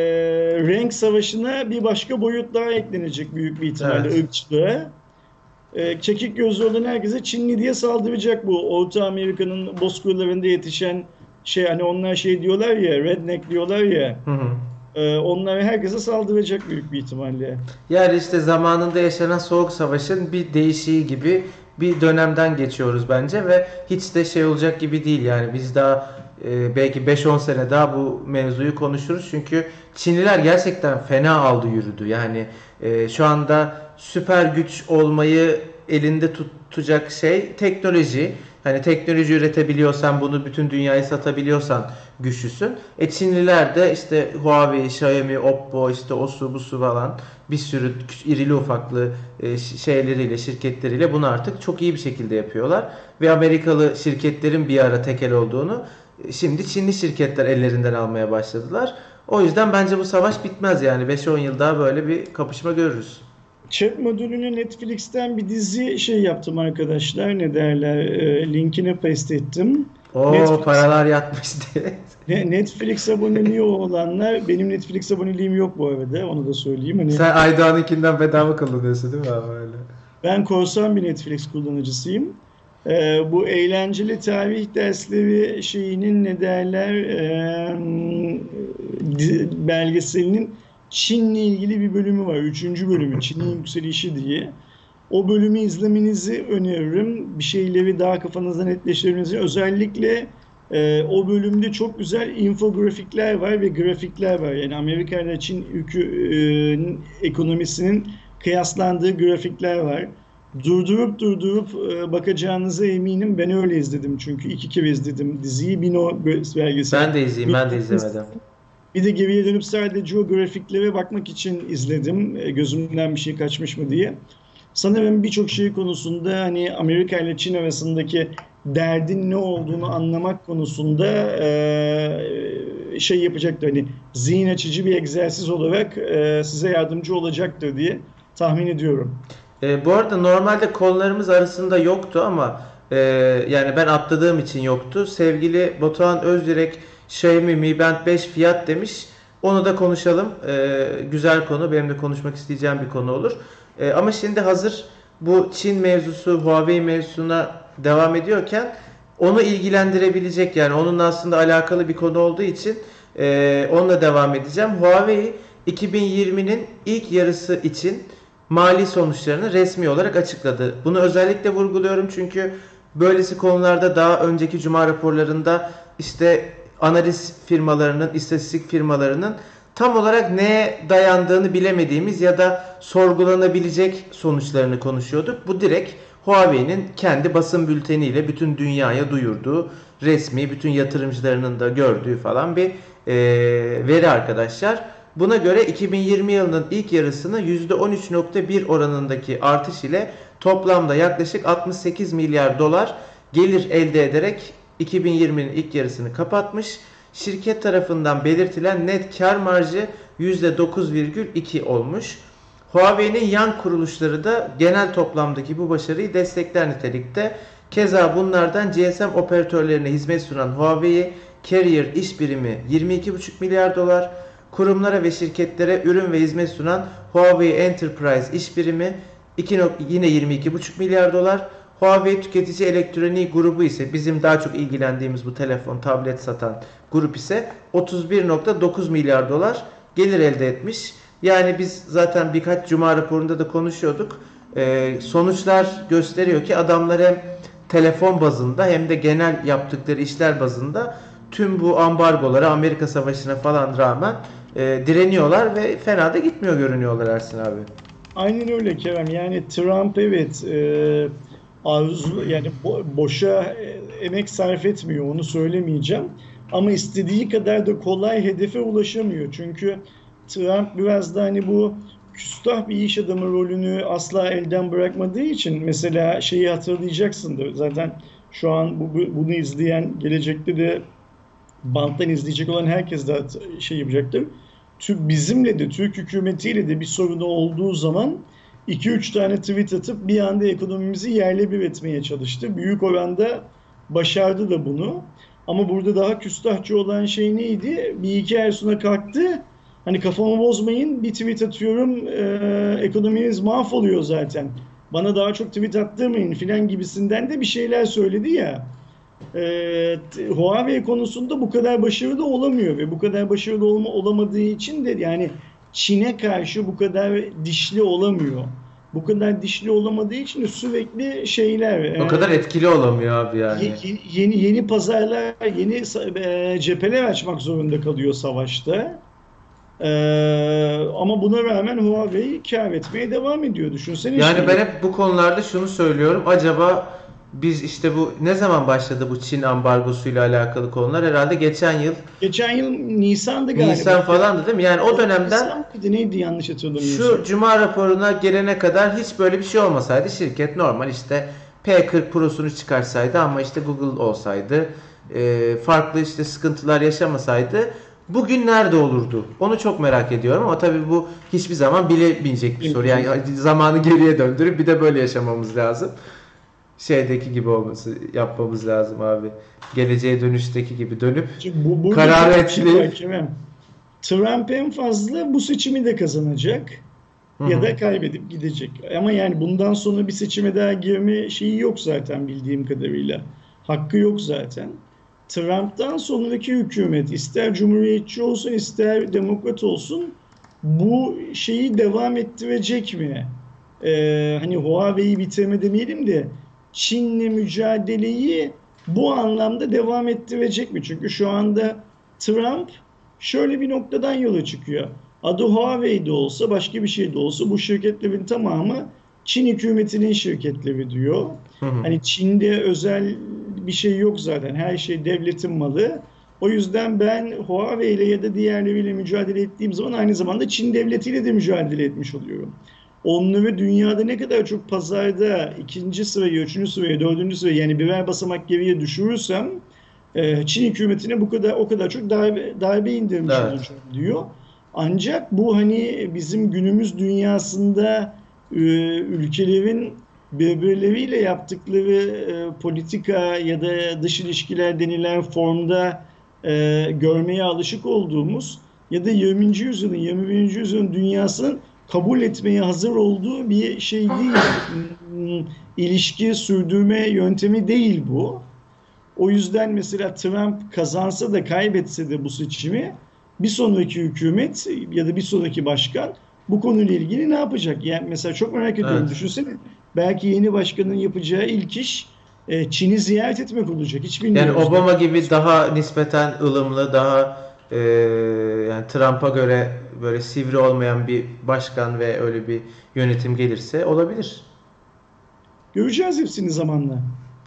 renk savaşına bir başka boyut daha eklenecek büyük bir ihtimalle, Evet. ırkçılığa. E, çekik gözlü olan herkese Çinli diye saldıracak bu. Orta Amerika'nın bozkırlarında yetişen şey, hani onlar şey diyorlar ya, redneck diyorlar ya. Hı hı. E, onlar herkese saldıracak büyük bir ihtimalle. Yani işte zamanında yaşanan Soğuk Savaş'ın bir değişiği gibi bir dönemden geçiyoruz bence ve hiç de şey olacak gibi değil yani biz daha e, belki beş on sene daha bu mevzuyu konuşuruz çünkü Çinliler gerçekten fena aldı yürüdü yani e, şu anda süper güç olmayı elinde tutacak şey teknoloji. Hani teknoloji üretebiliyorsan bunu bütün dünyayı satabiliyorsan güçlüsün. E Çinliler de işte Huawei, Xiaomi, Oppo, işte osu busu falan bir sürü irili ufaklı e, şeyleriyle, şirketleriyle bunu artık çok iyi bir şekilde yapıyorlar. Ve Amerikalı şirketlerin bir ara tekel olduğunu e, şimdi Çinli şirketler ellerinden almaya başladılar. O yüzden bence bu savaş bitmez yani beş on yıl daha böyle bir kapışma görürüz. Chat modülüne Netflix'ten bir dizi şey yaptım arkadaşlar. Ne derler? E, linkini paste ettim. O Netflix paralar yatmış diye. ne- Netflix aboneliği olanlar, benim Netflix aboneliğim yok bu arada. Onu da söyleyeyim. Hani Sen Aydoğan'ınkinden bedava kullanıyorsun değil mi abi öyle? ben korsan bir Netflix kullanıcısıyım. E, bu eğlenceli tarih dersleri şeyinin ne derler? E, di- belgeselinin Çin'le ilgili bir bölümü var. Üçüncü bölümü. Çin'in yükselişi diye. O bölümü izlemenizi öneririm. Bir şeyleri daha kafanızda netleştirmenizi. Özellikle e, o bölümde çok güzel infografikler var ve grafikler var. Yani Amerika ile Çin ülke e, ekonomisinin kıyaslandığı grafikler var. Durdurup durdurup e, bakacağınıza eminim. Ben öyle izledim çünkü iki kere izledim diziyi. Bir o belgeseli. Ben de izleyeyim, Bir, ben de izlemedim. bir de geriye dönüp sadece o grafiklere bakmak için izledim. E, gözümden bir şey kaçmış mı diye. Sanırım birçok şey konusunda hani Amerika ile Çin arasındaki derdin ne olduğunu anlamak konusunda e, şey yapacaktır. Hani zihin açıcı bir egzersiz olarak e, size yardımcı olacaktır diye tahmin ediyorum. E, bu arada normalde konularımız arasında yoktu ama e, yani ben atladığım için yoktu. Sevgili Batuhan Özdirek Xiaomi Mi Band beş fiyat demiş. Onu da konuşalım. E, güzel konu. Benim de konuşmak isteyeceğim bir konu olur. E, ama şimdi hazır bu Çin mevzusu, Huawei mevzusuna devam ediyorken onu ilgilendirebilecek yani onunla aslında alakalı bir konu olduğu için e, onunla devam edeceğim. Huawei iki bin yirminin ilk yarısı için mali sonuçlarını resmi olarak açıkladı. Bunu özellikle vurguluyorum çünkü böylesi konularda daha önceki cuma raporlarında işte analiz firmalarının, istatistik firmalarının tam olarak neye dayandığını bilemediğimiz ya da sorgulanabilecek sonuçlarını konuşuyorduk. Bu direkt Huawei'nin kendi basın bülteniyle bütün dünyaya duyurduğu, resmi bütün yatırımcılarının da gördüğü falan bir e, veri arkadaşlar. Buna göre iki bin yirmi yılının ilk yarısını yüzde on üç nokta bir oranındaki artış ile toplamda yaklaşık altmış sekiz milyar dolar gelir elde ederek iki bin yirminin ilk yarısını kapatmış. Şirket tarafından belirtilen net kar marjı yüzde dokuz virgül iki olmuş. Huawei'nin yan kuruluşları da genel toplamdaki bu başarıyı destekler nitelikte. Keza bunlardan G S M operatörlerine hizmet sunan Huawei Carrier iş birimi yirmi iki buçuk milyar dolar, kurumlara ve şirketlere ürün ve hizmet sunan Huawei Enterprise iş birimi iki, yine yirmi iki buçuk milyar dolar. Huawei Tüketici Elektroniği grubu ise bizim daha çok ilgilendiğimiz bu telefon, tablet satan grup ise otuz bir nokta dokuz milyar dolar gelir elde etmiş. Yani biz zaten birkaç cuma raporunda da konuşuyorduk. Ee, sonuçlar gösteriyor ki adamlar hem telefon bazında hem de genel yaptıkları işler bazında tüm bu ambargolara, Amerika Savaşı'na falan rağmen e, direniyorlar ve fena da gitmiyor görünüyorlar Ersin abi. Aynen öyle Kerem. Yani Trump evet e, arzu yani bo- boşa e, emek sarf etmiyor, onu söylemeyeceğim. Ama istediği kadar da kolay hedefe ulaşamıyor. Çünkü Trump biraz da hani bu küstah bir iş adamı rolünü asla elden bırakmadığı için, mesela şeyi hatırlayacaksındır. Zaten şu an bu, bu- bunu izleyen, gelecekte de banttan izleyecek olan herkes de şey yapacaktır. Tü- Bizimle de Türk hükümetiyle de bir sorunu olduğu zaman iki üç tane tweet atıp bir anda ekonomimizi yerle bir etmeye çalıştı. Büyük oranda başardı da bunu. Ama burada daha küstahçı olan şey neydi? Bir iki ay sonra kalktı. Hani kafamı bozmayın, bir tweet atıyorum, e, ekonomimiz mahvoluyor zaten. Bana daha çok tweet attırmayın filan gibisinden de bir şeyler söyledi ya. e, Huawei konusunda bu kadar başarılı olamıyor ve bu kadar başarılı olma, olamadığı için de yani Çin'e karşı bu kadar dişli olamıyor. Bu kadar dişli olamadığı için de sürekli şeyler, O kadar e, etkili olamıyor abi ye- yani. ye- yeni yeni pazarlar, yeni e, cepheler açmak zorunda kalıyor savaşta. E, Ama buna rağmen Huawei kâr etmeye devam ediyor. Düşünsene Yani şeyi. ben hep bu konularda şunu söylüyorum. Acaba biz işte bu ne zaman başladı bu Çin ambargosuyla alakalı konular? Herhalde geçen yıl Geçen yıl Nisan'dı galiba. Nisan falandı değil mi? Yani o dönemden Nisan mıydı neydi, yanlış şu hatırlamıyorsam. cuma raporuna gelene kadar hiç böyle bir şey olmasaydı, şirket normal işte P kırk Pro'sunu çıkarsaydı ama işte Google olsaydı, e, farklı işte sıkıntılar yaşamasaydı bugün nerede olurdu? Onu çok merak ediyorum ama tabii bu hiçbir zaman bilemeyecek bir soru. Yani Bilmeyecek. zamanı geriye döndürüp bir de böyle yaşamamız lazım. Şeydeki gibi olması yapmamız lazım abi. Geleceğe dönüşteki gibi dönüp Şimdi bu, burada kararı şöyle bir şey var etkileyip. Kerem. Trump en fazla bu seçimi de kazanacak Hı ya hı. da kaybedip gidecek. Ama yani bundan sonra bir seçime daha girme şeyi yok zaten bildiğim kadarıyla. Hakkı yok zaten. Trump'tan sonraki hükümet ister Cumhuriyetçi olsun ister Demokrat olsun bu şeyi devam ettirecek mi? Ee, hani Huawei'yi bitirme demeyelim de Çin'le mücadeleyi bu anlamda devam ettirecek mi? Çünkü şu anda Trump şöyle bir noktadan yola çıkıyor. Adı Huawei'de olsa, başka bir şey de olsa bu şirketlerin tamamı Çin hükümetinin şirketleri diyor. Hı hı. Hani Çin'de özel bir şey yok zaten. Her şey devletin malı. O yüzden ben Huawei ile ya da diğerleriyle mücadele ettiğim zaman aynı zamanda Çin devletiyle de mücadele etmiş oluyorum. Onları dünyada ne kadar çok pazarda ikinci sırayı, üçüncü sırayı, dördüncü sırayı yani birer basamak geriye düşürürsem e, Çin hükümetine bu kadar o kadar çok darbe, darbe indirmiş Evet. olacağım diyor. Ancak bu hani bizim günümüz dünyasında e, ülkelerin birbirleriyle yaptıkları e, politika ya da dış ilişkiler denilen formda e, görmeye alışık olduğumuz ya da yirminci yüzyılın, yirmi birinci yüzyılın dünyasının kabul etmeye hazır olduğu bir şey değil. Hmm, İlişki sürdürme yöntemi değil bu. O yüzden mesela Trump kazansa da kaybetse de bu seçimi bir sonraki hükümet ya da bir sonraki başkan bu konuyla ilgili ne yapacak? Yani mesela çok merak ediyorum. Evet. Düşünsene, belki yeni başkanın yapacağı ilk iş e, Çin'i ziyaret etmek olacak. Hiç Yani bilmiyoruz da. Obama gibi daha nispeten ılımlı, daha e, yani Trump'a göre böyle sivri olmayan bir başkan ve öyle bir yönetim gelirse olabilir. Göreceğiz hepsini zamanla.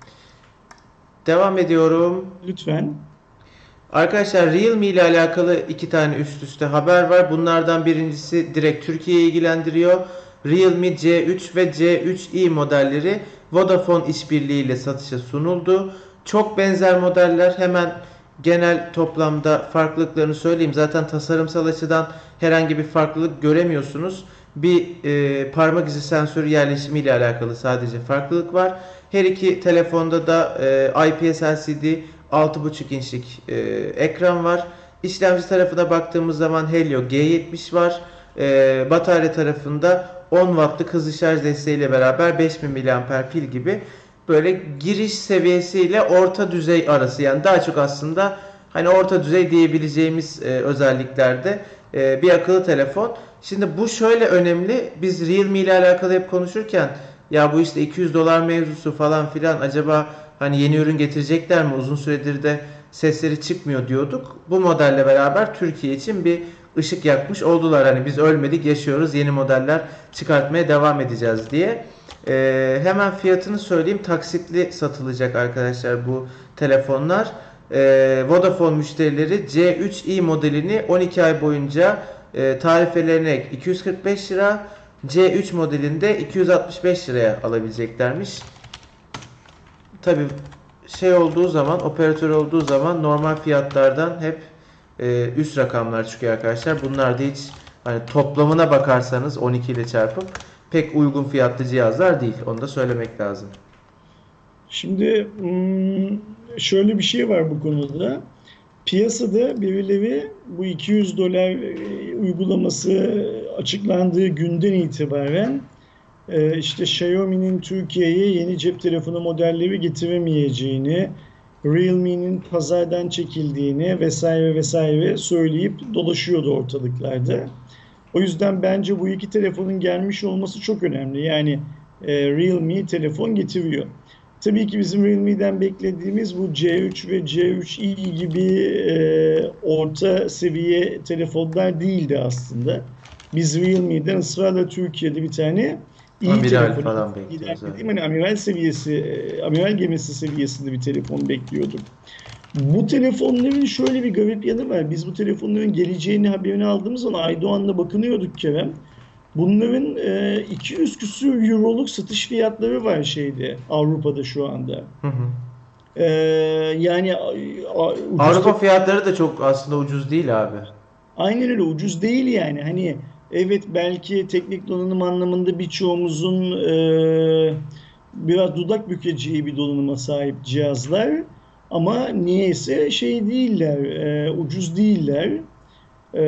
Devam ediyorum. Lütfen. Arkadaşlar Realme ile alakalı iki tane üst üste haber var. Bunlardan birincisi direkt Türkiye'yi ilgilendiriyor. Realme C üç ve C üç i modelleri Vodafone işbirliğiyle satışa sunuldu. Çok benzer modeller. Hemen genel toplamda farklılıklarını söyleyeyim. Zaten tasarımsal açıdan herhangi bir farklılık göremiyorsunuz. Bir e, parmak izi sensörü yerleşimi ile alakalı sadece farklılık var. Her iki telefonda da e, I P S L C D altı buçuk inçlik e, ekran var. İşlemci tarafına baktığımız zaman Helio G yetmiş var. E, batarya tarafında on wattlık hızlı şarj desteğiyle beraber beş bin miliamper pil gibi böyle giriş seviyesiyle orta düzey arası, yani daha çok aslında hani orta düzey diyebileceğimiz e, özelliklerde e, bir akıllı telefon. Şimdi bu şöyle önemli. Biz Realme ile alakalı hep konuşurken ya bu işte iki yüz dolar mevzusu falan filan, acaba hani yeni ürün getirecekler mi? Uzun süredir de sesleri çıkmıyor diyorduk. Bu modelle beraber Türkiye için bir ışık yakmış oldular. Hani biz ölmedik, yaşıyoruz. Yeni modeller çıkartmaya devam edeceğiz diye. Ee, hemen fiyatını söyleyeyim. Taksitli satılacak arkadaşlar bu telefonlar. Ee, Vodafone müşterileri C üç i modelini on iki ay boyunca e, tarifelerine ek iki yüz kırk beş lira, C üç modelinde iki yüz altmış beş liraya alabileceklermiş. Tabii şey olduğu zaman, operatör olduğu zaman normal fiyatlardan hep e, üst rakamlar çıkıyor arkadaşlar. Bunlar da hiç hani toplamına bakarsanız on iki ile çarpıp pek uygun fiyatlı cihazlar değil. Onu da söylemek lazım. Şimdi hmm, şöyle bir şey var bu konuda. Piyasada birileri bu iki yüz dolar e, uygulaması açıklandığı günden itibaren e, işte Xiaomi'nin Türkiye'ye yeni cep telefonu modelleri getiremeyeceğini, Realme'nin pazardan çekildiğini vesaire vesaire söyleyip dolaşıyordu ortalıklarda. O yüzden bence bu iki telefonun gelmiş olması çok önemli. Yani e, Realme telefon getiriyor. Tabii ki bizim Realme'den beklediğimiz bu C üç ve C üç i gibi e, orta seviye telefonlar değildi aslında. Biz Realme'den ısrarla Türkiye'de bir tane iyi Amiral telefon, falan bekliyoruz. dediğim hani amiral seviyesi, e, amiral gemisi seviyesinde bir telefon bekliyorduk. Bu telefonların şöyle bir garip yanı var. Biz bu telefonların geleceğini haberini aldığımız zaman Aydoğan'la bakınıyorduk Kerem. Bunların e, iki yüz küsür euroluk satış fiyatları var şeyde Avrupa'da şu anda. Hı hı. E, yani a- a- ucuz Avrupa te- fiyatları da çok aslında ucuz değil abi. aynen öyle ucuz değil yani. Hani evet belki teknik donanım anlamında birçoğumuzun e, biraz dudak bükeceği bir donanıma sahip cihazlar ama niyeyse şey değiller, e, ucuz değiller. Ee,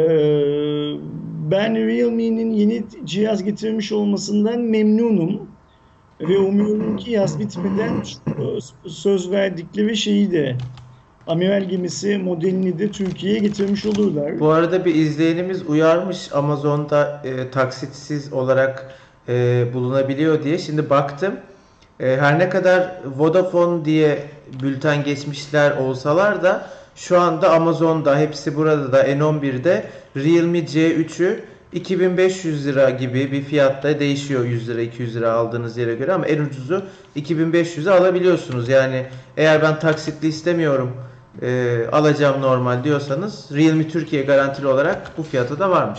Ben Realme'nin yeni cihaz getirmiş olmasından memnunum ve umuyorum ki yaz bitmeden söz verdikleri şeyi de amiral gemisi modelini de Türkiye'ye getirmiş olurlar. Bu arada bir izleyenimiz uyarmış Amazon'da e, taksitsiz olarak e, bulunabiliyor diye. Şimdi baktım. E, her ne kadar Vodafone diye bülten geçmişler olsalar da şu anda Amazon'da hepsi burada da N on birde Realme C üçü iki bin beş yüz lira gibi bir fiyatta değişiyor, yüz lira iki yüz lira aldığınız yere göre, ama en ucuzu iki bin beş yüze alabiliyorsunuz. Yani eğer ben taksitli istemiyorum, e, alacağım normal diyorsanız Realme Türkiye garantili olarak bu fiyata da varmış.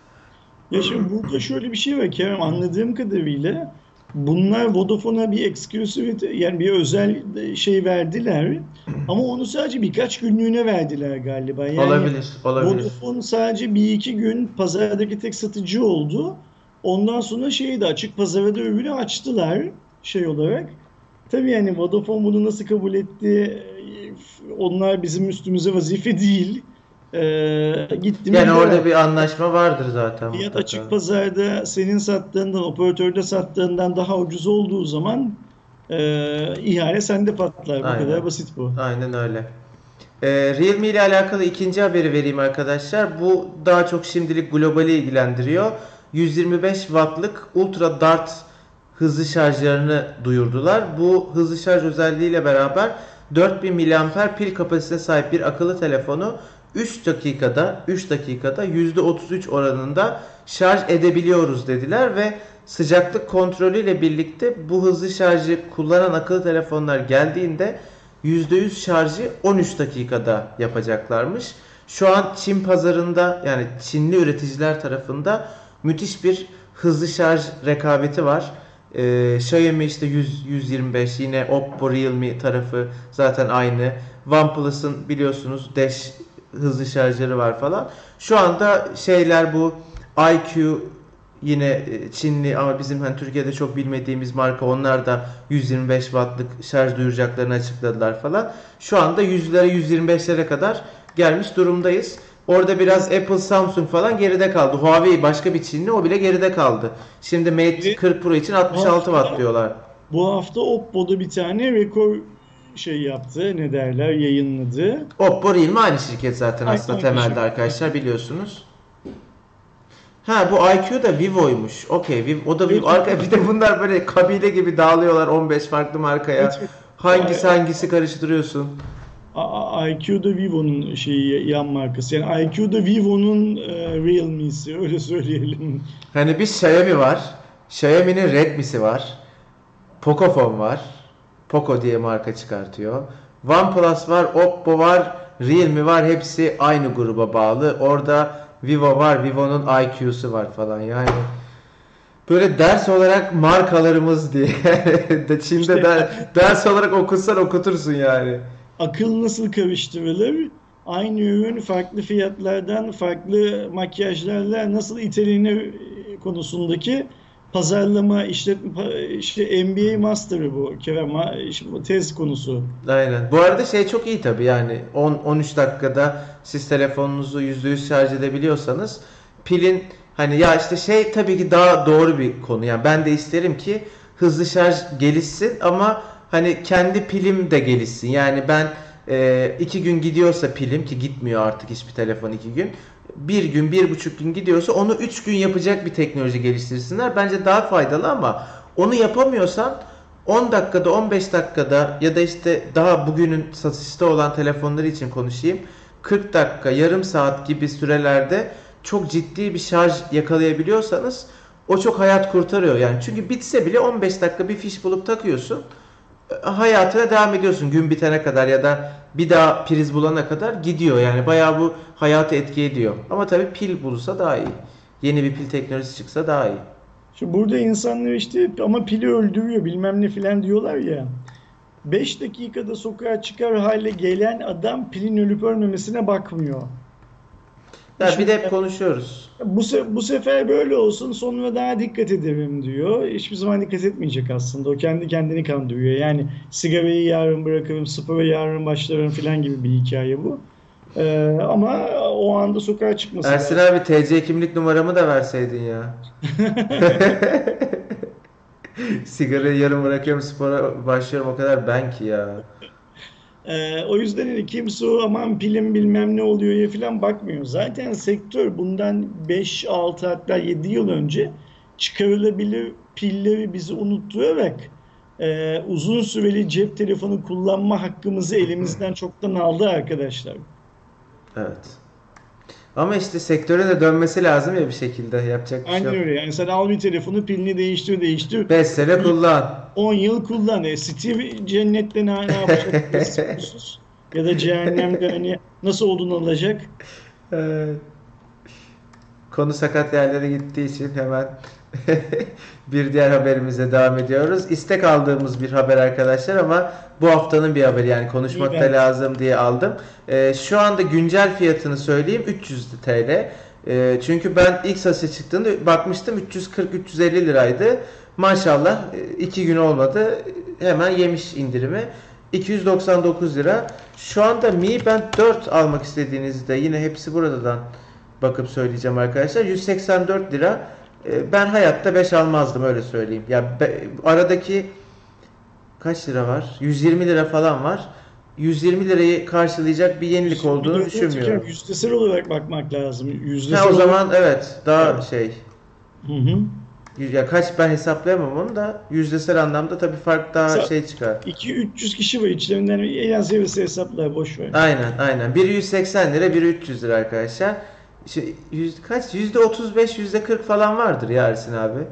Ya şimdi burada şöyle bir şey var Kerem, anladığım kadarıyla bunlar Vodafone'a bir eksklusivite yani bir özel şey verdiler ama onu sadece birkaç günlüğüne verdiler galiba. Yani Olabilir, olabilir. Vodafone sadece bir iki gün pazardaki tek satıcı oldu. Ondan sonra şeyi de açık pazara da ürünü açtılar şey olarak. Tabii yani Vodafone bunu nasıl kabul etti? Onlar bizim üstümüze vazife değil. Ee, gitti mi Yani orada verdi. bir anlaşma vardır zaten Fiyat mutlaka. açık pazarda senin sattığından, operatörde sattığından daha ucuz olduğu zaman e, ihale sende patlar. Bu Aynen. kadar basit bu. Aynen öyle. Ee, Realme ile alakalı ikinci haberi vereyim arkadaşlar. Bu daha çok şimdilik globali ilgilendiriyor. yüz yirmi beş wattlık Ultra Dart hızlı şarjlarını duyurdular. Bu hızlı şarj özelliğiyle beraber dört bin miliamper pil kapasitesine sahip bir akıllı telefonu üç dakikada üç dakikada yüzde otuz üç oranında şarj edebiliyoruz dediler ve sıcaklık kontrolü ile birlikte bu hızlı şarjı kullanan akıllı telefonlar geldiğinde yüzde yüz şarjı on üç dakikada yapacaklarmış. Şu an Çin pazarında, yani Çinli üreticiler tarafında müthiş bir hızlı şarj rekabeti var. Ee, Xiaomi işte yüz yüz yirmi beş, yine Oppo, Realme tarafı zaten aynı. OnePlus'ın biliyorsunuz Dash hızlı şarjları var falan. Şu anda şeyler bu I Q yine e, Çinli ama bizim hani Türkiye'de çok bilmediğimiz marka, onlar da yüz yirmi beş wattlık şarj duyuracaklarını açıkladılar falan. Şu anda yüzlere yüz yirmi beşlere kadar gelmiş durumdayız. Orada biraz Apple, Samsung falan geride kaldı. Huawei başka bir Çinli, o bile geride kaldı. Şimdi Mate Ve kırk Pro için bu altmış altı watt hafta diyorlar. bu hafta Oppo'da bir tane rekor şey yaptı. Ne derler? Yayınladı. Oppo, Realme aynı şirket zaten Aynı aslında aynı temelde şirket. arkadaşlar, biliyorsunuz. Ha, bu I Q da Vivo'ymuş. Okey, Vivo, o da Evet, Vivo. Arka, bir de bunlar böyle kabile gibi dağılıyorlar on beş farklı markaya. evet, evet. Hangisi hangisi karıştırıyorsun? A- A- I Q da Vivo'nun şeyi yan markası. Yani I Q da Vivo'nun e, Realme'si öyle söyleyelim. Hani bir Xiaomi var. Xiaomi'nin Redmi'si var. Pocophone var. Poco diye marka çıkartıyor. OnePlus var, Oppo var, Realme var. Hepsi aynı gruba bağlı. Orada Vivo var. Vivo'nun I Q'su var falan. Yani böyle ders olarak markalarımız diye. de Çin'de İşte de, akıl, ders olarak okutsan okutursun yani. akıl nasıl karıştırılır? Aynı ürün farklı fiyatlardan, farklı makyajlarla nasıl itelenir konusundaki pazarlama, işletme, işte M B A Master'ı bu Kerem, ha- işte bu tez konusu. Aynen. Bu arada şey çok iyi tabii yani on on üç dakikada siz telefonunuzu yüzde yüz şarj edebiliyorsanız pilin hani ya işte şey tabii ki daha doğru bir konu. Yani ben de isterim ki hızlı şarj gelişsin ama hani kendi pilim de gelişsin. Yani ben e, iki gün gidiyorsa pilim ki gitmiyor artık hiçbir telefon iki gün. Bir gün, bir buçuk gün gidiyorsa onu üç gün yapacak bir teknoloji geliştirsinler. Bence daha faydalı ama onu yapamıyorsan on dakikada on beş dakikada ya da işte daha bugünün satışta olan telefonları için konuşayım. kırk dakika, yarım saat gibi sürelerde çok ciddi bir şarj yakalayabiliyorsanız o çok hayat kurtarıyor yani. Çünkü bitse bile on beş dakika bir fiş bulup takıyorsun. Hayatına devam ediyorsun gün bitene kadar ya da bir daha priz bulana kadar gidiyor. Yani bayağı bu hayatı etki ediyor. Ama tabii pil bulursa daha iyi. Yeni bir pil teknolojisi çıksa daha iyi. Şu burada insanlar işte ama pili öldürüyor bilmem ne filan diyorlar ya. Beş dakikada sokağa çıkar hale gelen adam pilin ölüp ölmemesine bakmıyor. Ya İş bir de hep konuşuyoruz. Bu, se- bu sefer böyle olsun sonra daha dikkat ederim diyor. Hiçbir zaman dikkat etmeyecek aslında. O kendi kendini kandırıyor. Yani sigarayı yarın bırakırım, spora yarın başlarım falan gibi bir hikaye bu. Ee, ama o anda sokağa çıkması Ersin lazım. abi T C kimlik numaramı da verseydin ya. Sigarayı yarım bırakıyorum spora başlıyorum o kadar ben ki ya. Ee, o yüzden hani kimse o aman pilim bilmem ne oluyor ya falan bakmıyor. Zaten sektör bundan beş altı hatta yedi yıl önce çıkarılabilir pilleri bizi unutturarak e, uzun süreli cep telefonu kullanma hakkımızı elimizden çoktan aldı arkadaşlar. Evet. Ama işte sektöre de dönmesi lazım ya bir şekilde yapacak bir şey Aynen yok. öyle. Yani sen al bir telefonu pilini değiştir değiştir. beş sene kullan. on yıl kullan. E, Steve cennette ne, ne yapacak? Sonsuz. Ya da cehennemde hani nasıl olduğunu alacak? Ee, Konu sakat yerlere gittiği için hemen bir diğer haberimize devam ediyoruz. İstek aldığımız bir haber arkadaşlar ama bu haftanın bir haberi yani İyi konuşmak da ben. lazım diye aldım. Ee, şu anda güncel fiyatını söyleyeyim üç yüz T L. Ee, çünkü ben ilk satışa çıktığında bakmıştım üç yüz kırk üç yüz elli liraydı. Maşallah e, iki gün olmadı hemen yemiş indirimi. iki yüz doksan dokuz lira. Şu anda Mi Band dört almak istediğinizde yine hepsi buradan bakıp söyleyeceğim arkadaşlar. yüz seksen dört lira. Ee, Ben hayatta beş almazdım öyle söyleyeyim. Ya be- aradaki kaç lira var? yüz yirmi lira falan var. yüz yirmi lirayı karşılayacak bir yenilik olduğunu yüz yirmi dörde çıkar. düşünmüyorum. Yüzdesel olarak bakmak lazım. Ha Yüzdesel o olarak. zaman evet daha Evet. şey Hı hı. ya kaç ben hesaplayamam onu da yüzdesel anlamda tabii fark daha Mesela şey çıkar. iki üç yüz kişi var içlerinden en az yarısı hesaplar boş ver. Aynen aynen. Biri yüz seksen lira, biri üç yüz lira arkadaşlar. İşte yüz, kaç? yüzde otuz beş, yüzde kırk falan vardır ya Ersin abi.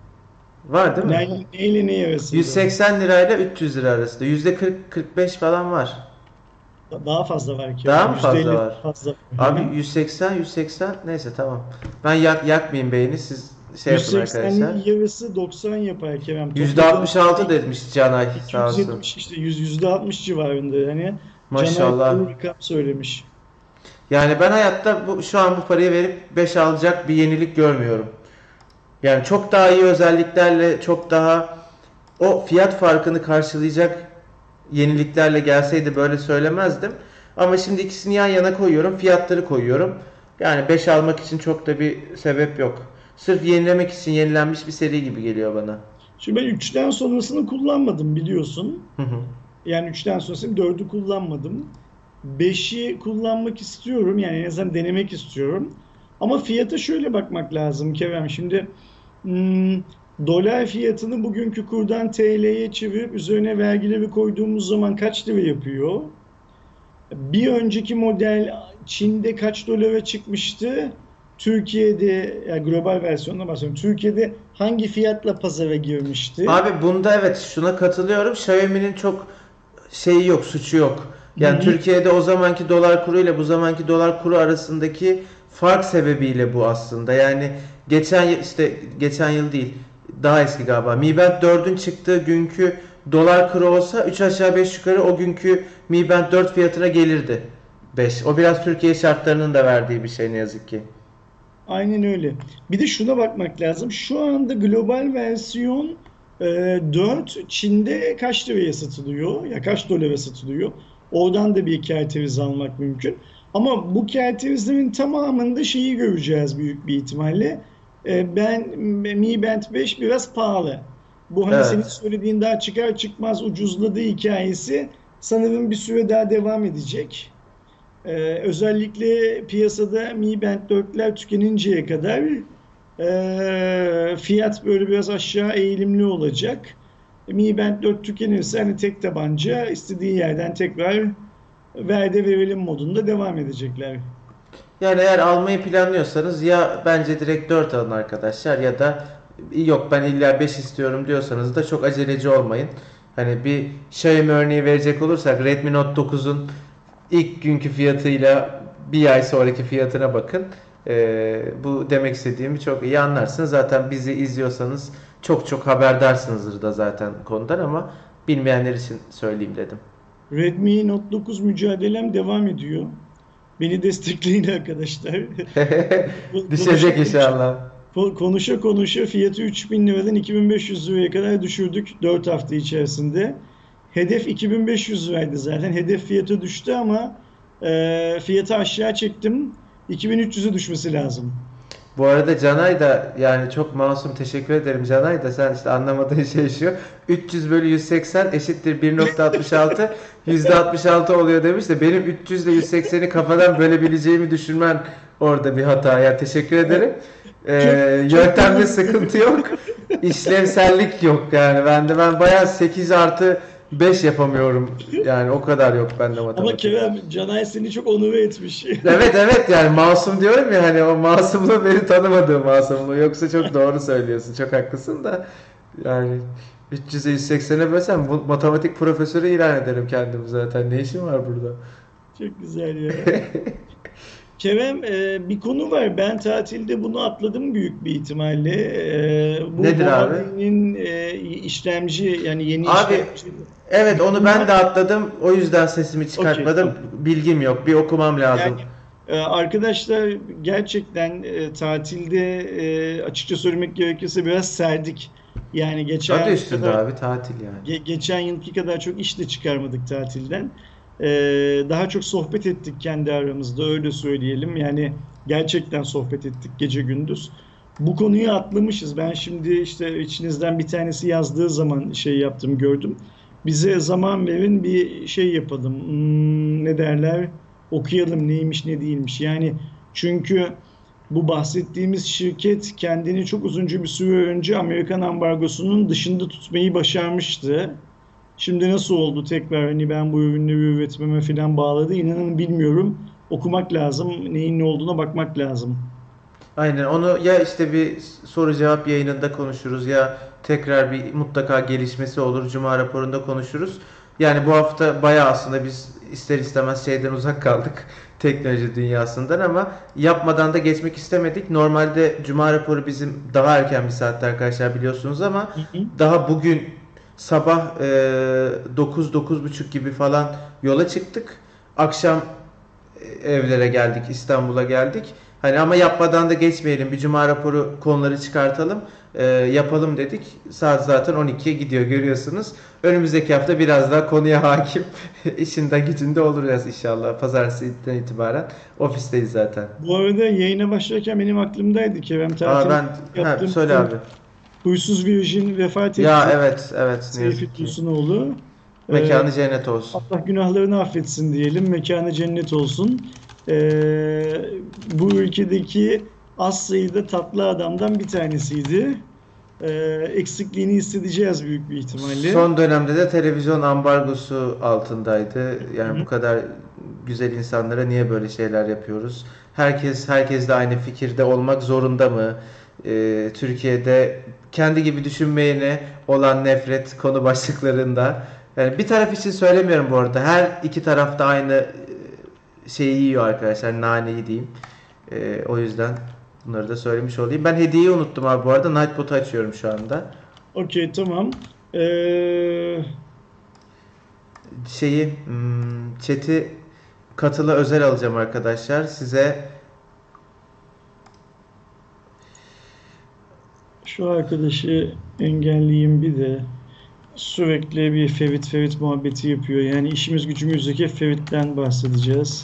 Var değil mi? Ne, neyle ne arasında? yüz seksen lirayla üç yüz lira arasında. yüzde kırk kırk beş falan var. Daha fazla var Daha Kerem. mı fazla yüzde elli var? fazla var. Hı hı. Abi yüz seksen yüz seksen neyse tamam. Ben yak yakmayayım beyni siz şey yapın arkadaşlar. yüz seksenin yarısı doksan yapar Kerem. yüzde Topladığın altmış altı demiş Canay sağ olsun. iki yüz yetmiş işte yüz, yüzde altmış civarında. Hani Canay Maşallah. doğru rakam söylemiş. Yani ben hayatta bu, şu an bu parayı verip beş alacak bir yenilik görmüyorum. Yani çok daha iyi özelliklerle çok daha o fiyat farkını karşılayacak yeniliklerle gelseydi böyle söylemezdim. Ama şimdi ikisini yan yana koyuyorum. Fiyatları koyuyorum. Yani beş almak için çok da bir sebep yok. Sırf yenilemek için yenilenmiş bir seri gibi geliyor bana. Şimdi ben üçten sonrasını kullanmadım biliyorsun. Hı hı. Yani üçten sonrasını dördü kullanmadım. Beşi kullanmak istiyorum. Yani en azından denemek istiyorum. Ama fiyata şöyle bakmak lazım Kerem. Şimdi hmm, dolar fiyatını bugünkü kurdan T L'ye çevirip üzerine vergileri koyduğumuz zaman kaç lira yapıyor? Bir önceki model Çin'de kaç dolara çıkmıştı? Türkiye'de, yani global versiyonuna bahsediyorum. Türkiye'de hangi fiyatla pazara girmişti? Abi bunda evet şuna katılıyorum. Xiaomi'nin çok şeyi yok, suçu yok. Hı Yani hı. Türkiye'de o zamanki dolar kuru ile bu zamanki dolar kuru arasındaki fark sebebiyle bu aslında. Yani geçen yıl işte geçen yıl değil, daha eski galiba. Mi Band dördün çıktığı günkü dolar kuru olsa üç aşağı beş yukarı o günkü Mi Band dört fiyatına gelirdi. beş. O biraz Türkiye şartlarının da verdiği bir şey ne yazık ki. Aynen öyle. Bir de şuna bakmak lazım. Şu anda global versiyon e, dört Çin'de kaç liraya satılıyor? Ya kaç dolara satılıyor? Oradan da bir kerteriz almak mümkün. Ama bu kerterizlerin tamamında şeyi göreceğiz büyük bir ihtimalle. E, ben Mi Band beş biraz pahalı. Bu hani senin Evet. söylediğin daha çıkar çıkmaz ucuzladığı hikayesi sanırım bir süre daha devam edecek. Ee, özellikle piyasada Mi Band dörtler tükeninceye kadar e, fiyat böyle biraz aşağı eğilimli olacak. Mi Band dört tükenirse hani tek tabanca istediği yerden tekrar ver de verelim modunda devam edecekler. Yani eğer almayı planlıyorsanız ya bence direkt dört alın arkadaşlar ya da yok ben illa beş istiyorum diyorsanız da çok aceleci olmayın. Hani bir Xiaomi örneği verecek olursak Redmi Note dokuzun ilk günkü fiyatıyla bir ay sonraki fiyatına bakın. Ee, bu demek istediğimi çok iyi anlarsınız. Zaten bizi izliyorsanız çok çok haberdarsınızdır da zaten konudan ama bilmeyenler için söyleyeyim dedim. Redmi Note dokuz mücadelem devam ediyor. Beni destekleyin arkadaşlar. Konuşa Düşecek konuşa, inşallah. konuşa konuşa fiyatı üç bin liradan iki bin beş yüz liraya kadar düşürdük dört hafta içerisinde. Hedef iki bin beş yüz liraydı zaten. Hedef fiyatı düştü ama e, fiyatı aşağı çektim. iki bin üç yüze düşmesi lazım. Bu arada Canay da yani çok masum teşekkür ederim Canay da sen işte anlamadığın şey şu. üç yüz bölü yüz seksen eşittir bir nokta altmış altı yüzde altmış altı oluyor demiş de benim üç yüz ile yüz sekseni kafadan bölebileceğimi düşünmen orada bir hata. Yani teşekkür ederim. Ee, Çok çok yöntemde teşekkür sıkıntı yok. İşlevsellik yok yani. Ben de ben bayağı sekiz artı beş yapamıyorum. Yani o kadar yok bende Ama matematik. Kerem Canay seni çok onure etmiş. Evet evet yani masum diyorum ya hani o masumluğu beni tanımadığım masumluğu yoksa çok doğru söylüyorsun çok haklısın da yani üç yüze yüz seksene bölsem bu matematik profesörü ilan ederim kendimi zaten ne işim var burada. Çok güzel ya. Kerem e, bir konu var. Ben tatilde bunu atladım büyük bir ihtimalle. E, bu Nedir abi? Huawei'nin e, işlemci yani yeni Abi işlemci evet bir onu konu ben var. de atladım o yüzden sesimi Okey, çıkartmadım okey. bilgim yok bir okumam Yani lazım. e, arkadaşlar gerçekten e, tatilde e, açıkça söylemek gerekirse biraz serdik. Yani geçen Adı yılki üstünde kadar abi tatil yani. ge- geçen yılki kadar çok iş de çıkarmadık tatilden. E, Daha çok sohbet ettik kendi aramızda öyle söyleyelim. Yani gerçekten sohbet ettik gece gündüz. Bu konuyu atlamışız. Ben şimdi işte içinizden bir tanesi yazdığı zaman şey yaptım gördüm. Bize zaman verin bir şey yapalım. Hmm, ne derler? Okuyalım neymiş ne değilmiş. Yani çünkü bu bahsettiğimiz şirket kendini çok uzunca bir süre önce Amerikan ambargosunun dışında tutmayı başarmıştı. Şimdi nasıl oldu tekrar hani ben bu ürünleri üretmeme falan bağladı inanın bilmiyorum. Okumak lazım. Neyin ne olduğuna bakmak lazım. Aynen onu ya işte bir soru cevap yayınında konuşuruz ya tekrar bir mutlaka gelişmesi olur Cuma raporunda konuşuruz. Yani bu hafta bayağı aslında biz ister istemez şeyden uzak kaldık teknoloji dünyasından ama yapmadan da geçmek istemedik. Normalde Cuma raporu bizim daha erken bir saatte arkadaşlar biliyorsunuz ama Hı hı. daha bugün sabah e, dokuz dokuz buçuk gibi falan yola çıktık. Akşam evlere geldik, İstanbul'a geldik. Hani ama yapmadan da geçmeyelim. Bir cuma raporu konuları çıkartalım. Ee, yapalım dedik. Saat zaten on ikiye gidiyor görüyorsunuz. Önümüzdeki hafta biraz daha konuya hakim. İşinden gücünde oluruz inşallah. Pazartesinden itibaren ofisteyiz zaten. Bu arada yayına başlarken benim aklımdaydı ki ben Aa tatil ben ha, yaptığım söyle abi. Huysuz Virgin vefat Ya etti. evet evet ne Seyfi yazık ki. Tursunoğlu. Ee, Mekanı cennet olsun. Allah günahlarını affetsin diyelim. Mekanı cennet olsun. Ee, Bu ülkedeki az sayıda tatlı adamdan bir tanesiydi. e, eksikliğini hissedeceğiz büyük bir ihtimalle. Son dönemde de televizyon ambargosu altındaydı. Hı Yani hı. bu kadar güzel insanlara niye böyle şeyler yapıyoruz? Herkes herkesle aynı fikirde olmak zorunda mı? Ee, Türkiye'de kendi gibi düşünmeyene olan nefret konu başlıklarında. Yani bir taraf için söylemiyorum bu arada. Her iki tarafta aynı e, şeyi yiyor arkadaşlar. Naneyi diyeyim. Ee, o yüzden bunları da söylemiş olayım. Ben hediyeyi unuttum abi bu arada. Nightbot'u açıyorum şu anda. Okey, tamam. Ee, Şeyi hmm, chat'i katıla özel alacağım arkadaşlar. Size Şu arkadaşı engelleyeyim bir de. Sürekli bir Fevit Fevit muhabbeti yapıyor. Yani işimiz gücümüzdeki Fevit'ten bahsedeceğiz.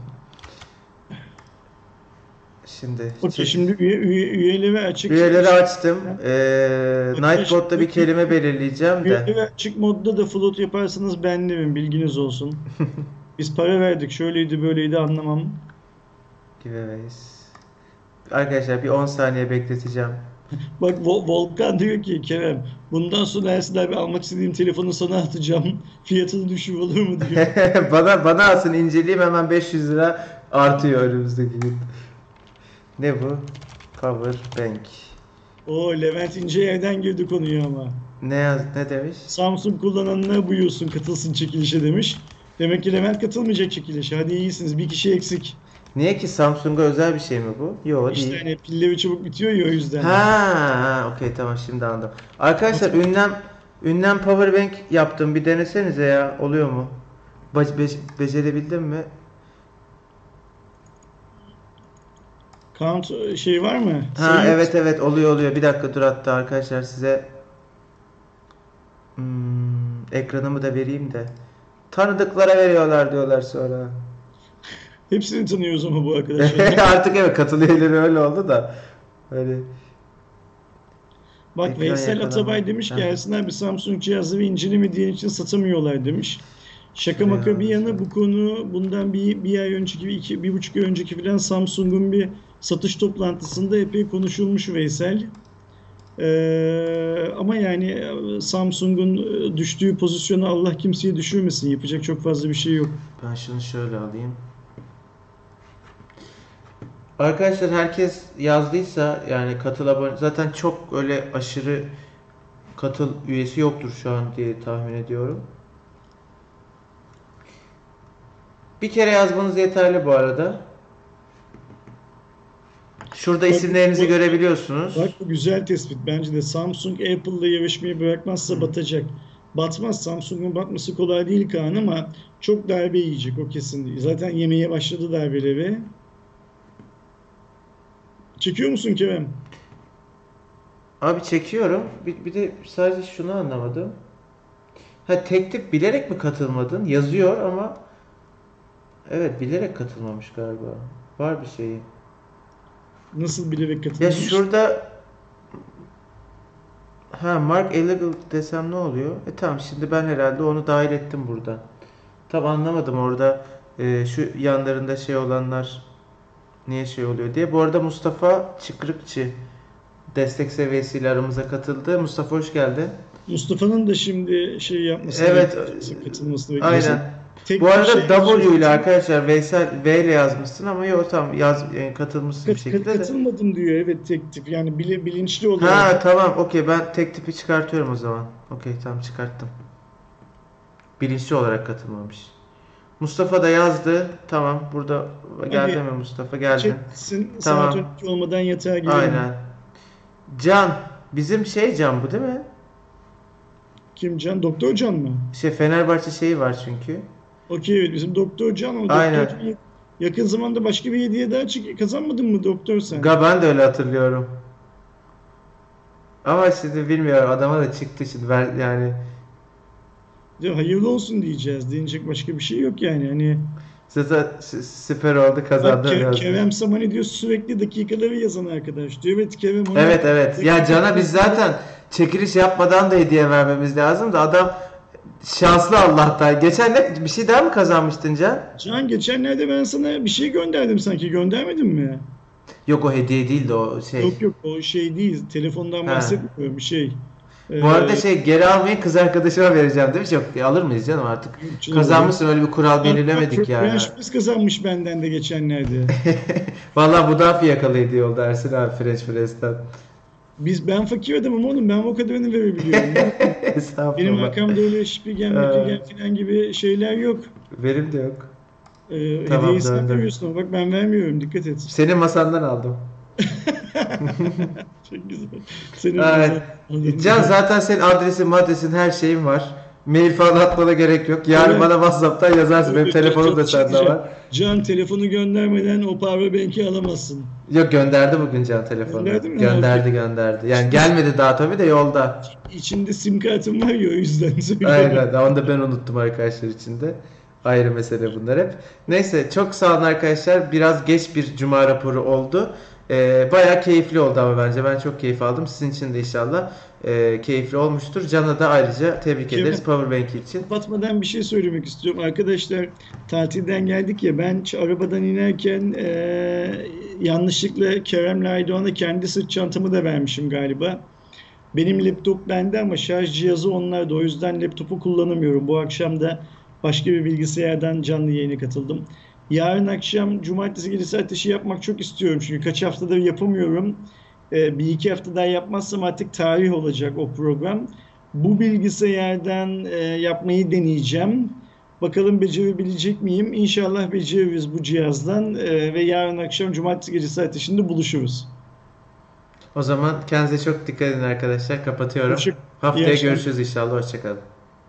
şimdi Okey, chat şimdi üye, üye, üyeleri açık. üyeleri açtım. Ee, Arkadaşlar, Nightbot'ta bir kelime belirleyeceğim de. üyeleri açık modda da float yaparsanız beğenirim, bilginiz olsun. Biz para verdik, şöyleydi böyleydi anlamam. Giveaways. Arkadaşlar bir on saniye bekleteceğim. Bak Vol- Volkan diyor ki Kerem, bundan sonra Ersin abi almak istediğim telefonu sana atacağım. Fiyatını düşür olur mu diyor. Bana bana alsın inceleyeyim hemen beş yüz lira artıyor önümüzdeki gün. Ne bu? Power bank. O Levent İnceer'den girdi konuya ama. Ne yaz ne demiş? Samsung kullananına buyursun katılsın çekilişe demiş. Demek ki Levent katılmayacak çekilişe. Hadi iyisiniz, bir kişi eksik. Niye ki Samsung'a özel bir şey mi bu? Yok İşte değil. hani pilleri çabuk bitiyor ya, o yüzden. Ha, ha okey tamam şimdi anladım. Arkadaşlar ünlem ünlem power bank yaptım bir denesenize ya oluyor mu? Be- be- becerebildim mi? Count şey var mı? Ha Sayı yok. evet evet oluyor oluyor. Bir dakika dur hatta arkadaşlar size hmm, ekranımı da vereyim de. Tanıdıklara veriyorlar diyorlar sonra. Hepsini tanıyoruz ama bu arkadaşlar. Artık evet katıl üyeleri öyle oldu da. Öyle Bak ekran Veysel yakalama. Atabay demiş ki Ha. Ersin abi Samsung cihazı ve incelemediğin için satamıyorlar demiş. Şaka Şuraya maka bir yana alacağım. bu konu bundan bir, bir ay önceki, iki, bir buçuk ay önceki falan Samsung'un bir satış toplantısında epey konuşulmuş Veysel. Ee, ama yani e, Samsung'un e, düştüğü pozisyonu Allah kimseye düşürmesin. Yapacak çok fazla bir şey yok. Ben şunu şöyle alayım. Arkadaşlar herkes yazdıysa yani katıl abone zaten çok öyle aşırı katıl üyesi yoktur şu an diye tahmin ediyorum. Bir kere yazmanız yeterli bu arada. Şurada Bak, isimlerinizi bu, görebiliyorsunuz. bak bu güzel tespit. Bence de Samsung Apple'la yarışmayı bırakmazsa batacak. Batmaz. Samsung'un batması kolay değil Kaan, ama çok darbe yiyecek, o kesin. Zaten yemeye başladı darbeleri. Çekiyor musun Kerem? Abi çekiyorum. Bir, bir de sadece şunu anlamadım. Ha tek tip bilerek mi katılmadın? Yazıyor ama evet bilerek katılmamış galiba. Var bir şeyi. Nasıl bilerek Ya katılmış? şurada ha Mark Illegal desem ne oluyor? E tamam şimdi ben herhalde onu dahil ettim burada. Tam anlamadım orada e, şu yanlarında şey olanlar niye şey oluyor diye. Bu arada Mustafa Çıkrıkçı destek seviyesiyle aramıza katıldı. Mustafa hoş geldin. Mustafa'nın da şimdi şey yapmasını Evet bekliyorsun, katılmasını bekliyorsun. aynen. Tek Bu bir arada şey W yazıyor. ile arkadaşlar Veysel V ile yazmışsın ama yok tamam yaz yani katılmışsın bir Kat, kat, şekilde de. katılmadım diyor, evet, tek tip. Yani bile, bilinçli olarak. Ha tamam okey ben tek tipi çıkartıyorum o zaman. Okey tamam çıkarttım. Bilinçli olarak katılmamış. Mustafa da yazdı. Tamam burada geldi Hadi mi Mustafa? Geldi. chatsin, Tamam. saat on iki olmadan yatağa girelim. Aynen. Can. Bizim şey Can bu değil mi? Kim Can? Doktor Can mı? Şey Fenerbahçe şeyi var çünkü. Okey, evet, bizim Doktor Can o. Aynen. Doktor Can yakın zamanda başka bir hediye daha çık kazanmadın mı doktor sen? Ga ben de öyle hatırlıyorum. Ama şimdi bilmiyorum adama da çıktı şimdi ben yani Ya hayırlı olsun diyeceğiz. Diyecek başka bir şey yok yani. Hani zaten s- süper oldu bak kazandı Ke- yazmış. Kerem Samani diyor, sürekli dakikaları yazan arkadaş diyor. Evet Kerem ona Evet evet. Ya Can'a biz zaten çekiliş yapmadan da hediye vermemiz lazım da adam şanslı Allah'tan. Geçen de bir şey daha mı kazanmıştın Can? Can, geçenlerde ben sana bir şey gönderdim sanki. Göndermedin mi? Yok, o hediye değildi, o şey. Yok yok, o şey değil. Telefondan Ha. bahsetmiyorum, şey. Bu arada Ee, şey, geri almayı kız arkadaşıma vereceğim demiş. Yok, alır mıyız canım artık? Yok canım, olur mu? Kazanmışsın, öyle bir kural belirlemedik yani. French Press kazanmış benden de geçenlerde. Vallahi bu daha fiyakalı hediye oldu Ersin abi, French Press'ten. Biz ben fakir adamım oğlum. Ben o kadarını verebiliyorum. Ne yapayım? Benim Estağfurullah. arkamda öyle şipigen, Ee, mipigen falan gibi şeyler yok. benim de yok. Ee, Hediyeyi Tamam, sen döndüm. veriyorsun ama bak ben vermiyorum. Dikkat et. Senin masandan aldım. Çok güzel. Senin Evet. mesela anladın Can, mı? zaten senin adresin, adresin, her şeyin var. Mail falan atmana gerek yok. Yarın Evet. bana WhatsApp'tan yazarsın. Benim Evet, Can, telefonum Can, da bir şey sende diyeceğim. var. Can, telefonu göndermeden o power bank'i alamazsın. Yok, gönderdi bugün Can telefonu. Gönderdin mi? Ha, okey. Gönderdi gönderdi. Yani gelmedi daha tabii de, yolda. İçinde sim kartım var ya, o yüzden söylüyorum. Aynen. Onu da ben unuttum arkadaşlar içinde. Ayrı mesele bunlar hep. Neyse, çok sağ olun arkadaşlar. Biraz geç bir cuma raporu oldu. Ee, bayağı keyifli oldu ama bence. Ben çok keyif aldım. Sizin için de inşallah e, keyifli olmuştur. Can'a da ayrıca tebrik Kemal, ederiz Powerbank için. kapatmadan bir şey söylemek istiyorum. Arkadaşlar, tatilden geldik ya, ben ç- arabadan inerken eee, yanlışlıkla Kerem'le Aydoğan'a kendi sırt çantamı da vermişim galiba. Benim laptop bende ama şarj cihazı onlarda. O yüzden laptopu kullanamıyorum. Bu akşam da başka bir bilgisayardan canlı yayına katıldım. Yarın akşam cumartesi gecesi ateşi yapmak çok istiyorum. Çünkü kaç haftadır yapamıyorum. Ee, bir iki hafta daha yapmazsam artık tarih olacak o program. Bu bilgisayardan e, yapmayı deneyeceğim. Bakalım becerebilecek miyim? İnşallah beceririz bu cihazdan. Ee, ve yarın akşam cumartesi gecesi ateşinde buluşuruz. O zaman kendinize çok dikkat edin arkadaşlar. Kapatıyorum. Hoşça, iyi Haftaya akşamlar. görüşürüz inşallah. Hoşçakalın.